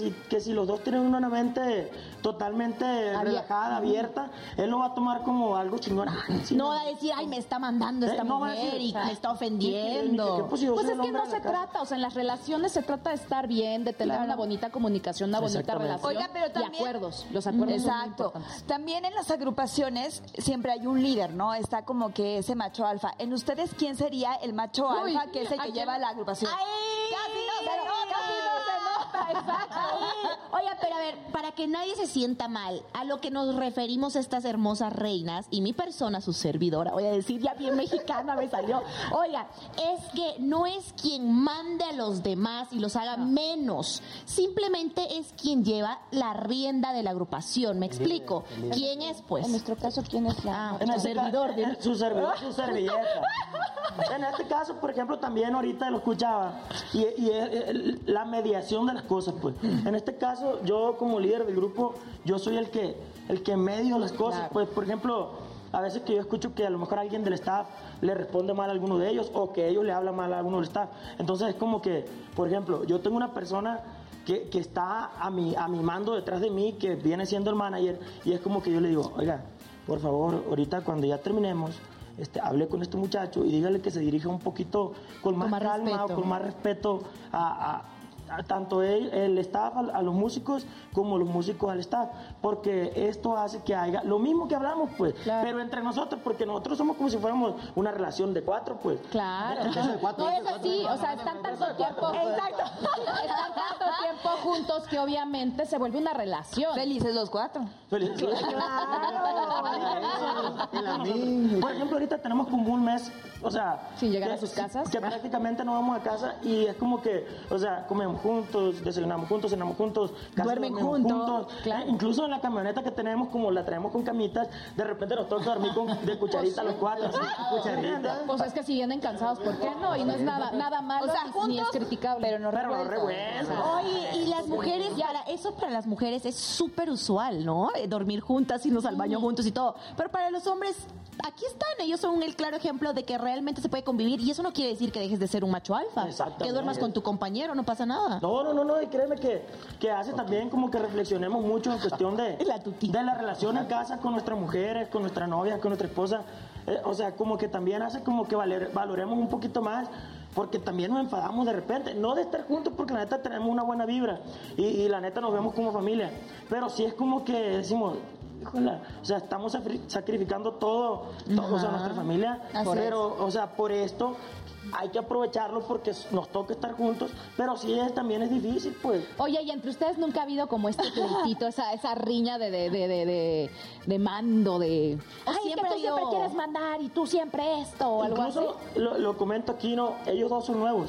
si los dos tienen una mente totalmente relajada, abierta, él lo va a tomar como algo chingón.
No va a decir, ay, me está mandando esta mujer y me está ofendiendo.
Pues es que no se trata, o sea, en las relaciones se trata de estar bien, de tener una bonita comunicación, una bonita relación.
Oiga, pero también,
y acuerdos. Los acuerdos son muy
exacto.
importantes.
También en las agrupaciones siempre hay un líder, ¿no? Está como que ese macho alfa. ¿En ustedes quién sería el macho alfa que es el que lleva la agrupación?
Casi no se nota, exacto. Oye, pero a ver, para que nadie se sienta mal, a lo que nos referimos estas hermosas reinas y mi persona, su servidora, voy a decir ya bien mexicana me salió. Oiga, es que no es quien mande a los demás y los haga menos, simplemente es quien lleva la rienda de la agrupación. ¿Me explico? ¿Quién es, pues?
En nuestro caso, ¿quién es la?
En
su
este
servidor,
ca- su servidor, su servilleta. En este caso, por ejemplo, también ahorita lo escuchaba, y es la mediación de las cosas, pues. En este caso, yo como líder del grupo, yo soy el que medio las cosas,
Claro.
pues, por ejemplo, a veces que yo escucho que a lo mejor alguien del staff le responde mal a alguno de ellos, o que ellos le hablan mal a alguno del staff. Entonces es como que, por ejemplo, yo tengo una persona que está a mi mando detrás de mí, que viene siendo el manager, y es como que yo le digo, oiga, por favor, ahorita cuando ya terminemos, hable con este muchacho y dígale que se dirija un poquito con más calma,
respeto.
con más respeto a tanto el staff a los músicos como los músicos al staff, porque esto hace que haya lo mismo que hablamos, pues, pero entre nosotros, porque nosotros somos como si fuéramos una relación de 4, pues.
Claro.
Eso de cuatro,
No
eso
es
de cuatro,
así,
no,
o sea,
no,
están
no,
tanto
no,
tiempo. Exacto. Están tanto tiempo juntos que obviamente se vuelve una relación.
Felices los 4.
Por ejemplo, ahorita tenemos como un mes, o sea,
Sin llegar
que-
a sus casas.
que prácticamente no vamos a casa y es como que, o sea, comemos juntos, desayunamos juntos, cenamos juntos, casi
Duermen
dormimos
juntos,
claro.
Incluso en la camioneta que tenemos, como la traemos con camitas, de repente nos toca dormir de cucharita los 4, así, cucharita.
Pues es que si vienen cansados, ¿por qué no? Y no es nada malo,
O sea,
ni es
juntos,
criticable.
pero no
Pero no
revueltos.
revuelto.
Oye, y las mujeres, para las mujeres es súper usual, ¿no? Dormir juntas, irnos al baño juntos y todo. Pero para los hombres, aquí están, ellos son el claro ejemplo de que realmente se puede convivir y eso no quiere decir que dejes de ser un macho alfa.
Exactamente.
Que duermas con tu compañero, no pasa nada.
No, y créeme que hace también como que reflexionemos mucho en cuestión de la relación en casa con nuestras mujeres, con nuestra novia, con nuestra esposa. O sea, como que también hace como que valoremos un poquito más, porque también nos enfadamos de repente, no de estar juntos porque la neta tenemos una buena vibra y la neta nos vemos como familia, pero sí es como que decimos, híjole, o sea, estamos sacrificando todo, o sea, nuestra familia, pero, o sea, por esto hay que aprovecharlo porque nos toca estar juntos, pero sí también es difícil, pues.
Oye, y entre ustedes nunca ha habido como este pleitito, esa riña de mando, de... Ay,
Siempre
es que tú siempre
yo.
quieres mandar y tú siempre esto, o algo así.
Incluso lo comento aquí, no, ellos dos son nuevos.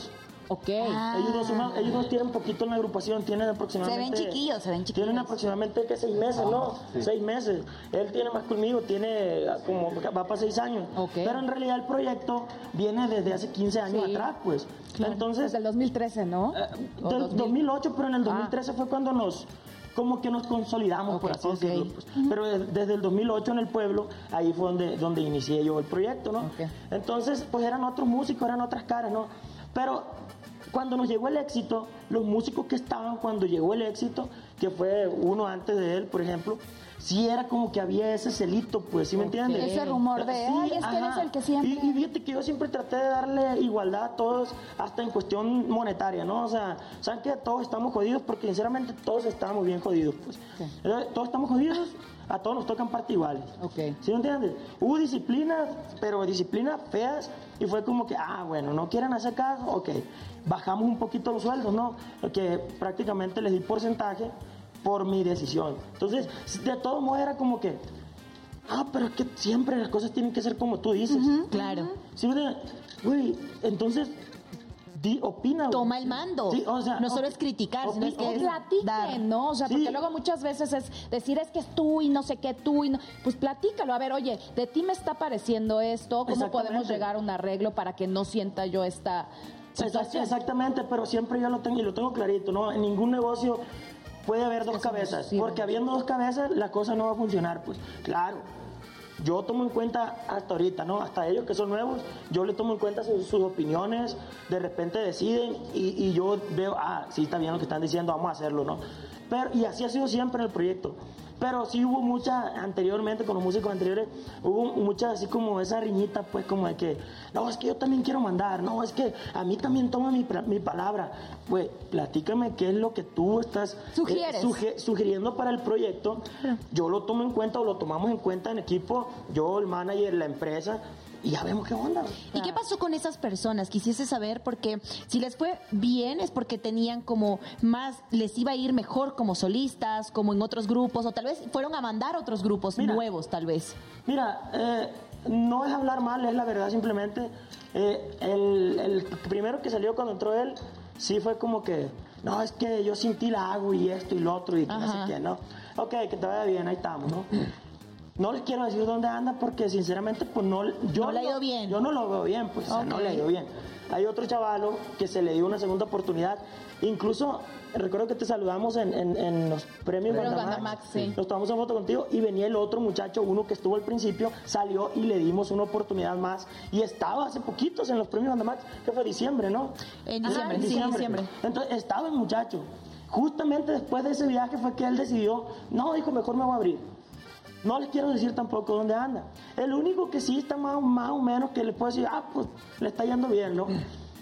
Ok.
Ellos dos tienen poquito en la agrupación, tienen aproximadamente...
Se ven chiquillos.
Tienen aproximadamente que 6 meses, ¿no? Sí. 6 meses. Él tiene más conmigo, tiene como, va para 6 años.
Okay.
Pero en realidad el proyecto viene desde hace 15 años atrás, pues.
Claro.
Entonces...
Desde el 2013, ¿no?
Del 2008, pero en el 2013 fue cuando nos consolidamos, por así decirlo. Pues. Pero desde el 2008 en el pueblo, ahí fue donde inicié yo el proyecto, ¿no?
Okay.
Entonces, pues eran otros músicos, eran otras caras, ¿no? Pero cuando nos llegó el éxito, los músicos que estaban cuando llegó el éxito, que fue uno antes de él, por ejemplo, sí era como que había ese celito, pues, ¿sí me entiendes?
Ese rumor de,
sí,
ay, es que eres el que siempre...
Y fíjate que yo siempre traté de darle igualdad a todos, hasta en cuestión monetaria, ¿no? O sea, saben que todos estamos jodidos, porque sinceramente todos estábamos bien jodidos, pues. Sí. Todos estamos jodidos, a todos nos tocan partes iguales.
Okay.
¿Sí me entiendes? Hubo disciplinas, pero disciplinas feas, y fue como que, bueno, no quieren hacer caso, ok. Bajamos un poquito los sueldos, ¿no? Que prácticamente les di porcentaje por mi decisión. Entonces, de todo modo era como que, pero es que siempre las cosas tienen que ser como tú dices.
Claro.
¿Sí? Güey, entonces, opina.
Toma el mando.
Sí, o sea,
no solo es criticar, sino es que
platiquen, ¿no? O sea, porque luego muchas veces es decir, es que es tú y no sé qué tú y no. Pues platícalo, a ver, oye, de ti me está pareciendo esto, ¿cómo podemos llegar a un arreglo para que no sienta yo esta situación?
Exactamente, pero siempre yo lo tengo y lo tengo clarito, ¿no? En ningún negocio puede haber dos cabezas, porque habiendo dos cabezas la cosa no va a funcionar, pues. Claro, yo tomo en cuenta hasta ahorita, ¿no? Hasta ellos que son nuevos, yo le tomo en cuenta sus opiniones, de repente deciden y yo veo, sí está bien lo que están diciendo, vamos a hacerlo, ¿no? Y así ha sido siempre en el proyecto. Pero sí hubo anteriormente, con los músicos anteriores, hubo mucha así como esa riñita, pues como de que, no, es que yo también quiero mandar, no, es que a mí también toma mi palabra. Pues platícame qué es lo que tú estás sugiriendo para el proyecto. Yo lo tomo en cuenta o lo tomamos en cuenta en equipo, yo, el manager, la empresa, y ya vemos qué onda.
¿Y qué pasó con esas personas? Quisiese saber, porque si les fue bien es porque tenían como más, les iba a ir mejor como solistas, como en otros grupos, o tal vez fueron a mandar otros grupos nuevos, tal vez.
Mira, no es hablar mal, es la verdad simplemente. El primero que salió cuando entró él, sí fue como que, no, es que yo sin ti la hago y esto y lo otro y que no sé qué, ¿no? Ok, que te vaya bien, ahí estamos, ¿no? No les quiero decir dónde anda porque sinceramente pues no le ha ido bien. Yo no lo veo bien, pues no le ha ido bien. Hay otro chavalo que se le dio una segunda oportunidad. Incluso recuerdo que te saludamos en los premios Bandamax. Sí. Nos tomamos una foto contigo y venía el otro muchacho, uno que estuvo al principio, salió y le dimos una oportunidad más. Y estaba hace poquitos en los premios Bandamax, que fue diciembre, ¿no?
En diciembre.
Entonces estaba el muchacho. Justamente después de ese viaje fue que él decidió, no, dijo, mejor me voy a abrir. No les quiero decir tampoco dónde anda. El único que sí está más o menos que le puedo decir, pues le está yendo bien, ¿no?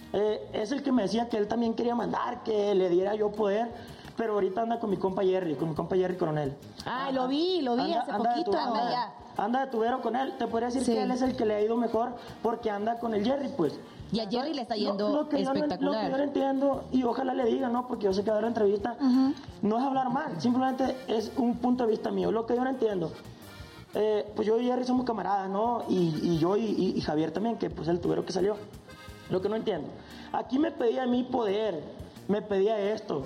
Es el que me decía que él también quería mandar, que le diera yo poder, pero ahorita anda con mi compa Jerry Coronel.
Lo vi hace poquito.
Anda de tubero con él. Te podría decir que él es el que le ha ido mejor porque anda con el Jerry, pues.
Y a Jerry le está yendo espectacular.
Lo que yo no entiendo, y ojalá le diga, ¿no? Porque yo sé que va a haber entrevista, no es hablar mal, simplemente es un punto de vista mío. Lo que yo no entiendo, pues yo y Jerry somos camaradas, ¿no? Y yo y Javier también, que pues el tubero que salió. Lo que no entiendo, aquí me pedía a mí poder, me pedía esto.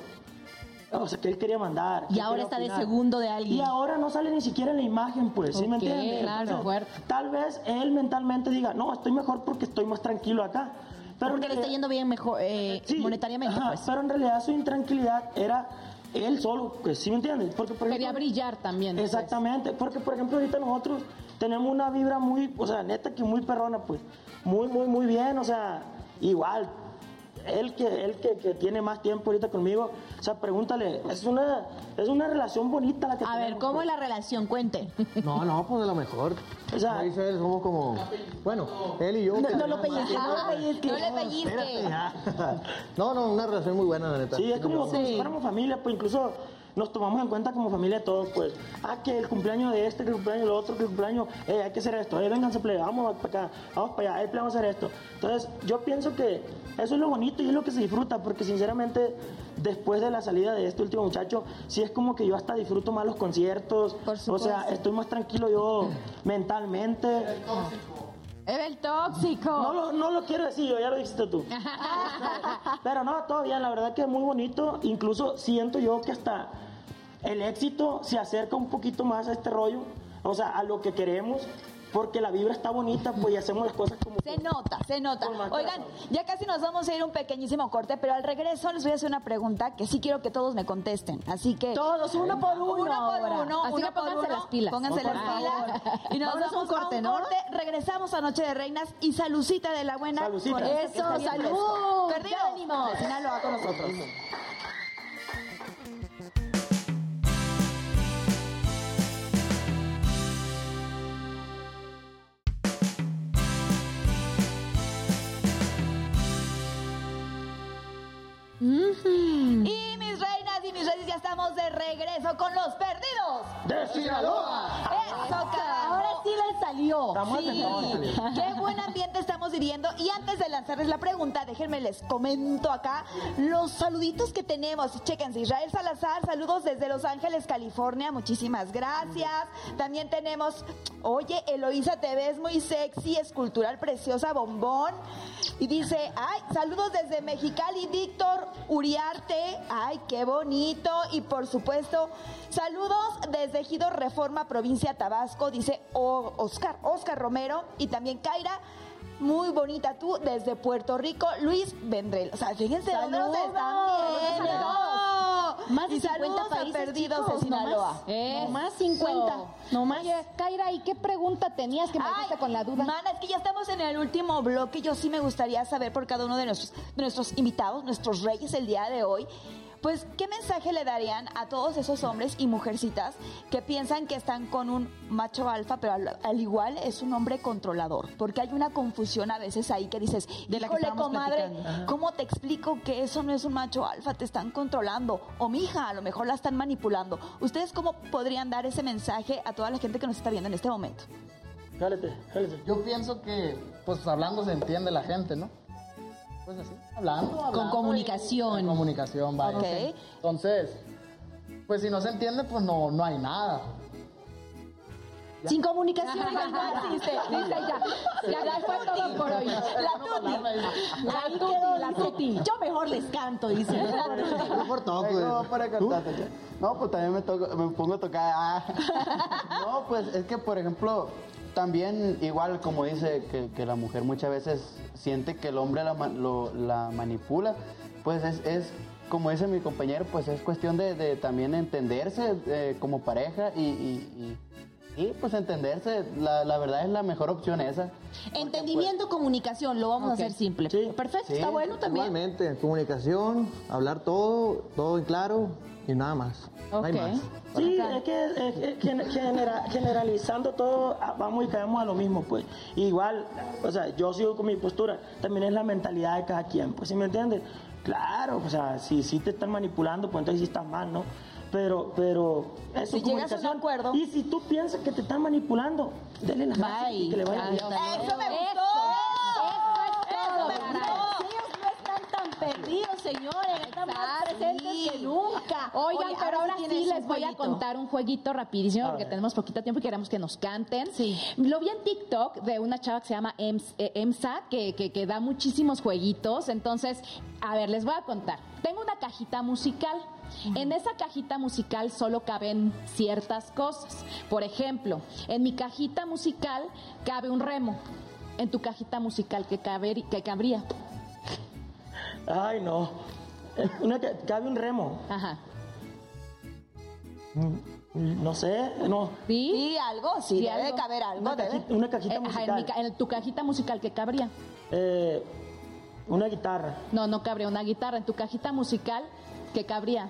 O sea, que él quería mandar.
Y ahora está de segundo de alguien.
Y ahora no sale ni siquiera en la imagen, pues, ¿sí me entiendes?
Claro.
Entonces, tal vez él mentalmente diga, no, estoy mejor porque estoy más tranquilo acá. Pero
porque le está yendo bien mejor monetariamente, pues.
Pero en realidad su intranquilidad era él solo, pues, ¿sí me entiendes? Porque, por ejemplo,
quería brillar también.
Exactamente, pues. Porque, por ejemplo, ahorita nosotros tenemos una vibra muy, o sea, neta que muy perrona, pues. Muy bien, o sea, igual. Él que tiene más tiempo ahorita conmigo, o sea, pregúntale, es una relación bonita la que tenemos.
A ver, ¿cómo es la relación? Cuente.
No, pues de lo mejor.
O sea,
dice él, somos como, bueno, él y yo.
No lo pellizque, no le pellizque.
No, una relación muy buena, la neta.
Sí, es como si fuéramos familia, pues incluso nos tomamos en cuenta como familia todos, pues, que el cumpleaños de que el cumpleaños del otro, que el cumpleaños, hay que hacer esto, vénganse, plebe, vamos para acá, vamos para allá, vamos a hacer esto. Entonces, yo pienso que eso es lo bonito y es lo que se disfruta, porque sinceramente, después de la salida de este último muchacho, sí es como que yo hasta disfruto más los conciertos, o sea, estoy más tranquilo yo mentalmente.
Era el tóxico.
No lo quiero decir yo, ya lo dijiste tú. Pero no, todo bien, la verdad que es muy bonito. Incluso siento yo que hasta el éxito se acerca un poquito más a este rollo, o sea, a lo que queremos, porque la vibra está bonita, pues, y hacemos las cosas como...
Se nota.
Con más
Oigan,
corazón.
ya casi nos vamos a ir a un pequeñísimo corte, pero al regreso les voy a hacer una pregunta que sí quiero que todos me contesten. Así que...
Todos, uno por uno ahora.
Así que pónganse las pilas.
Pónganse las pilas. Y nos
Vámonos
vamos
a un corte, ¿no?
Regresamos a Noche de Reinas y salucita de la buena.
Salucita.
Con esto que
Eso,
está bien
salud.
fresco.
Ya
Perdidos.
venimos.
De Sinaloa con nosotros. Y mis reinas y mis reyes, ya estamos de regreso con los perdidos.
¡De Sinaloa!
Eso, carajo.
Ahora sí les salió.
Estamos
Sí,
atentos.
qué buen ambiente estamos viviendo. Y antes de lanzarles la pregunta, déjenme les comento acá los saluditos que tenemos. Chéquense, Israel Salazar, saludos desde Los Ángeles, California, muchísimas gracias. También tenemos, oye, Eloísa, te ves muy sexy, escultural, preciosa, bombón. Y dice, ay, saludos desde Mexicali, Víctor Uriarte, ay, qué bonito. Y por supuesto, saludos desde Ejido Reforma, provincia Tabasco, dice Oscar Romero. Y también Kaira, muy bonita tú, desde Puerto Rico, Luis Vendrell. O sea, fíjense dónde nos están viendo.
Saludos. Más de
Y
50
saludos a
países,
Perdidos
chicos,
de Sinaloa.
Eso.
No más 50. No más.
Oye, Kaira, ¿y qué pregunta tenías que me dejaste con la duda?
Mana, es que ya estamos en el último bloque. Yo sí me gustaría saber por cada uno de nuestros invitados, nuestros reyes el día de hoy. Pues, ¿qué mensaje le darían a todos esos hombres y mujercitas que piensan que están con un macho alfa, pero al igual es un hombre controlador? Porque hay una confusión a veces ahí que dices,
De la que
híjole,
estábamos
comadre,
platicando.
¿cómo te explico que eso no es un macho alfa? Te están controlando. O mija, a lo mejor la están manipulando. ¿Ustedes cómo podrían dar ese mensaje a toda la gente que nos está viendo en este momento?
Jálate.
Yo pienso que, pues hablando se entiende la gente, ¿no? Pues así, hablando.
Con comunicación.
Con comunicación, vaya.
Ok.
Entonces, pues si no se entiende, pues no hay nada.
Sin comunicación
No existe, dice ya fue todo por hoy.
La tuti. Yo mejor les canto, dice.
Mejor toco.
No, para cantarte. No, pues también me pongo a tocar. No, pues es que, por ejemplo, también igual como dice que la mujer muchas veces siente que el hombre la manipula, pues es como dice mi compañero, pues es cuestión de también entenderse como pareja y pues entenderse, la verdad es la mejor opción esa.
Entendimiento, comunicación, lo vamos a hacer simple.
Sí.
Perfecto,
Sí,
está bueno también.
Igualmente, comunicación, hablar todo en claro y nada más. No hay
Ok.
más.
Sí, es que generalizando todo, vamos y caemos a lo mismo, pues. Igual, o sea, yo sigo con mi postura, también es la mentalidad de cada quien, pues, ¿sí me entiendes? Claro, o sea, si te están manipulando, pues entonces sí estás mal, ¿no? Pero eso,
Si llegas a un
comunicación.
acuerdo.
Y si tú piensas que te están manipulando, denle las gracias y que le vaya bien.
¡Eso me gustó!
Eso me gustó. Ellos no están tan perdidos, señores. Están más presentes que nunca.
Oigan,
Oye,
pero ahora sí
tienes
les
un
voy a
jueguito.
contar un jueguito rapidísimo porque tenemos poquito tiempo y queremos que nos canten.
Sí.
Lo vi en TikTok de una chava que se llama EMSA, que da muchísimos jueguitos. Entonces, a ver, les voy a contar. Tengo una cajita musical. En esa cajita musical solo caben ciertas cosas. Por ejemplo, en mi cajita musical cabe un remo. En tu cajita musical, ¿qué cabría?
Ay, no. Cabe un remo.
Ajá.
No sé, no.
¿Sí?
Sí, algo, sí, debe de
algo.
caber algo.
Una cajita
Ajá,
musical.
en tu cajita musical, ¿qué cabría?
Una guitarra.
No cabría una guitarra. En tu cajita musical, ¿qué cabría?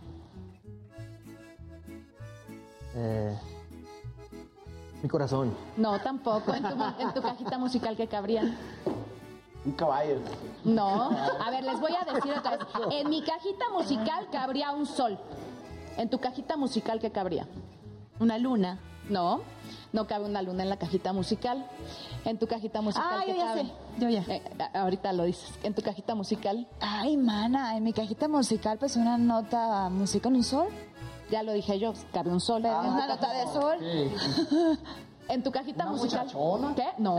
Mi corazón.
No, tampoco. En tu cajita musical, ¿qué cabría?
Un caballo.
No. A ver, les voy a decir otra vez. En mi cajita musical cabría un sol. En tu cajita musical, ¿qué cabría?
Una luna.
No cabe una luna en la cajita musical. En tu cajita musical, ¿qué
yo ya
cabe?
sé. Yo ya.
Ahorita lo dices. En tu cajita musical,
Ay, mana, en mi cajita musical, pues una nota musical, un sol.
ya lo dije yo, cabe un sol.
Una nota de sol.
En tu cajita
Una
musical.
muchachona.
¿Qué? No.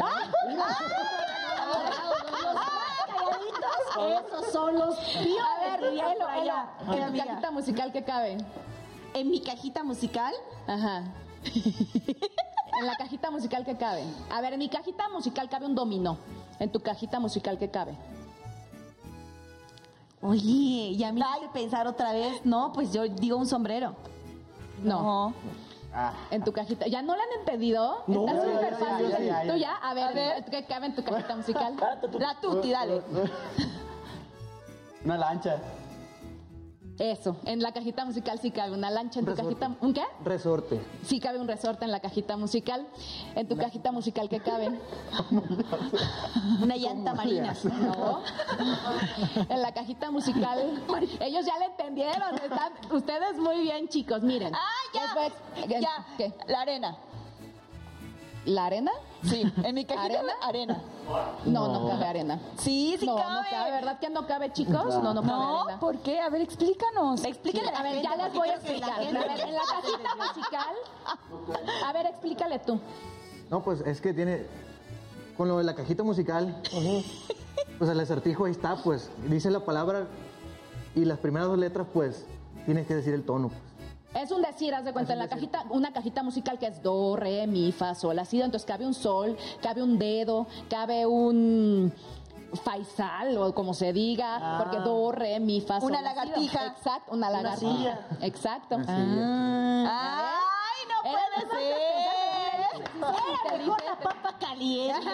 Esos son los piones.
A ver, en tu cajita musical, ¿qué cabe?
En mi cajita musical,
Ajá. En la cajita musical, ¿qué cabe? A ver, en mi cajita musical cabe un dominó. En tu cajita musical, ¿qué cabe?
oye, ya me hace pensar otra vez. No, pues yo digo un sombrero.
No. En tu cajita. ¿Ya no la han entendido?
No,
Está
ya,
súper
ya,
fácil.
ya.
¿Tú ya? A ver, ¿qué cabe en tu cajita musical?
La tuti, dale.
Una lancha.
Eso. En la cajita musical sí cabe una lancha. En tu
Resorte.
cajita... ¿Un qué?
Resorte.
Sí cabe un resorte en la cajita musical. En tu cajita musical, ¿qué cabe?
Una llanta marina.
No. En la cajita musical... Ellos ya le entendieron. Están ustedes muy bien, chicos. Miren. Les voy a
Ya.
¿Qué?
La arena.
¿La arena?
Sí. En mi cajita, arena.
No cabe arena.
Sí, sí
No
cabe.
cabe. ¿Verdad que no cabe, chicos? No cabe
No,
arena.
¿por qué? A ver, explícanos.
Explícale
A ver, ya les voy a explicar. A ver, en la cajita musical... A ver, explícale tú.
No, pues es que tiene. Con lo de la cajita musical, pues el acertijo ahí está, pues. Dice la palabra y las primeras dos letras, pues, tienes que decir el tono, pues.
Es un decir, haz de cuenta, en la cajita, una cajita musical que es do, re, mi, fa, sol, así, entonces cabe un sol, cabe un dedo, cabe un faisal, o como se diga, porque do, re, mi, fa, sol.
Una
así,
lagartija.
Exacto, una lagartija.
silla.
Exacto.
Ay, no puede ser.
Con la papa caliente.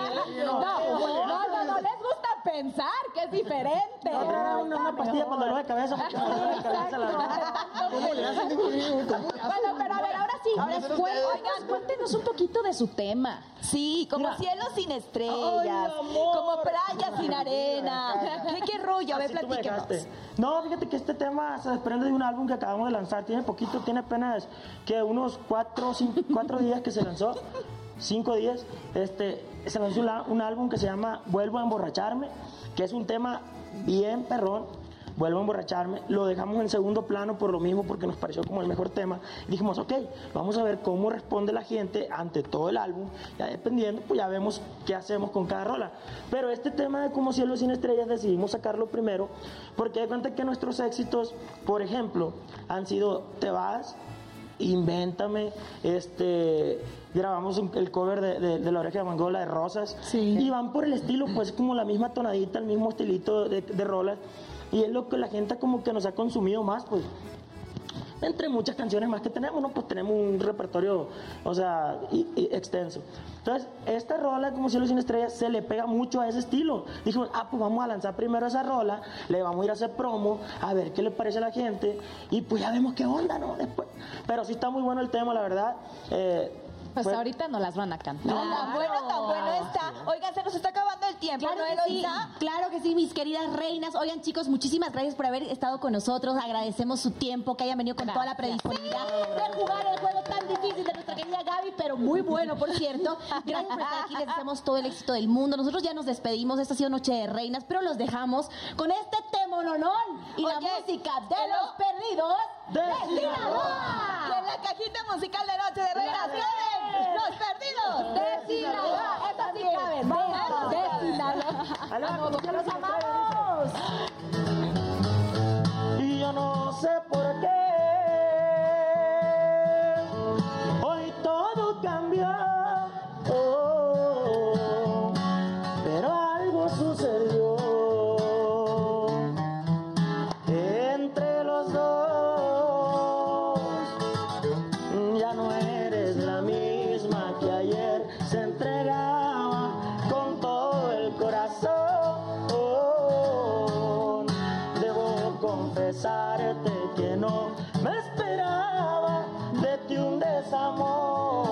No, les gusta pensar que es diferente.
Otra una pastilla para dolor de cabeza. Porque el dolor de cabeza, la verdad.
Bueno, pero a ver, ahora sí, oigan, cuéntenos un poquito de su tema.
Sí, como
Mira.
cielo sin estrellas,
Ay, amor.
como playa sin arena. ¿Qué rollo? A ver,
Así tú me
platíquenos.
dejaste. No, fíjate que este tema se desprende de un álbum que acabamos de lanzar. Tiene poquito, tiene apenas que unos 4 días que se lanzó. 5 días. Se lanzó un álbum que se llama Vuelvo a emborracharme, que es un tema bien perrón. Vuelvo a emborracharme. Lo dejamos en segundo plano por lo mismo, porque nos pareció como el mejor tema. Y dijimos, ok, vamos a ver cómo responde la gente ante todo el álbum. Ya dependiendo, pues ya vemos qué hacemos con cada rola. Pero este tema de Como cielo sin estrellas decidimos sacarlo primero, porque de cuenta que nuestros éxitos, por ejemplo, han sido Te vas, Invéntame, grabamos el cover de La Oreja de Van Gogh, la de Rosas, y van por el estilo, pues como la misma tonadita, el mismo estilito de rolas, y es lo que la gente como que nos ha consumido más, pues entre muchas canciones más que tenemos, ¿no? Pues tenemos un repertorio, o sea, extenso. Entonces, esta rola, Como cielo sin estrellas, se le pega mucho a ese estilo. Dijimos, pues vamos a lanzar primero esa rola, le vamos a ir a hacer promo, a ver qué le parece a la gente, y pues ya vemos qué onda, ¿no? Después. Pero sí está muy bueno el tema, la verdad.
Pues ahorita no las van a cantar.
Tan bueno está. Oigan, se nos está acabando el tiempo,
Claro
¿no,
que sí,
Eloísa?
claro que sí, mis queridas reinas. Oigan, chicos, muchísimas gracias por haber estado con nosotros. Agradecemos su tiempo, que hayan venido con toda la predisponibilidad de jugar el juego tan difícil de nuestra querida Gaby, pero muy bueno, por cierto. Gracias por estar aquí, les deseamos todo el éxito del mundo. Nosotros ya nos despedimos, esta ha sido Noche de Reinas, pero los dejamos con este temononón y la
Oye,
música de los perdidos de Sinaloa.
Y en la cajita musical de Noche de Reinas caben Los Perdidos
De Sinaloa, esa sí cabe. De Sinaloa. ¡Los amamos!
Y yo no sé por qué hoy todo cambió, pero algo sucedió entre los dos. Ya no eres la misma que ayer, se entregaba con todo el corazón. Debo confesarte que no me esperaba de ti un desamor.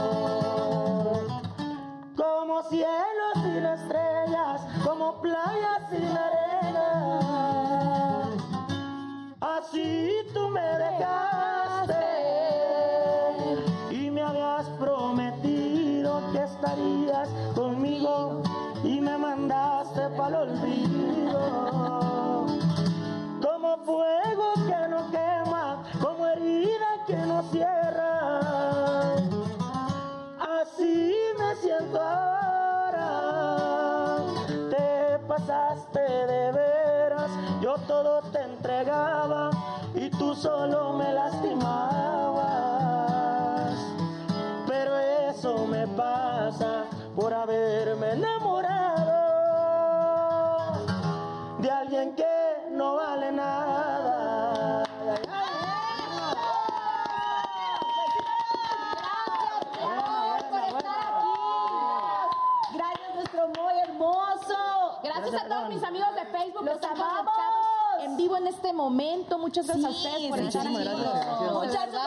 Como cielo sin estrellas, como playa sin arena, así tú me dejaste y me habías prometido que estarías conmigo y me mandaste pa'l olvido. Como fuego que no quema, como herida que no cierra, solo me lastimabas. Pero eso me pasa por haberme enamorado de alguien que no vale nada.
Gracias, nuestro muy hermoso.
Gracias a todos mis amigos de Facebook que
Los
están
amamos.
conectados en vivo en este momento. Muchas gracias a ustedes por estar aquí.
muchísimas gracias.
De
Muchachos,
verdad.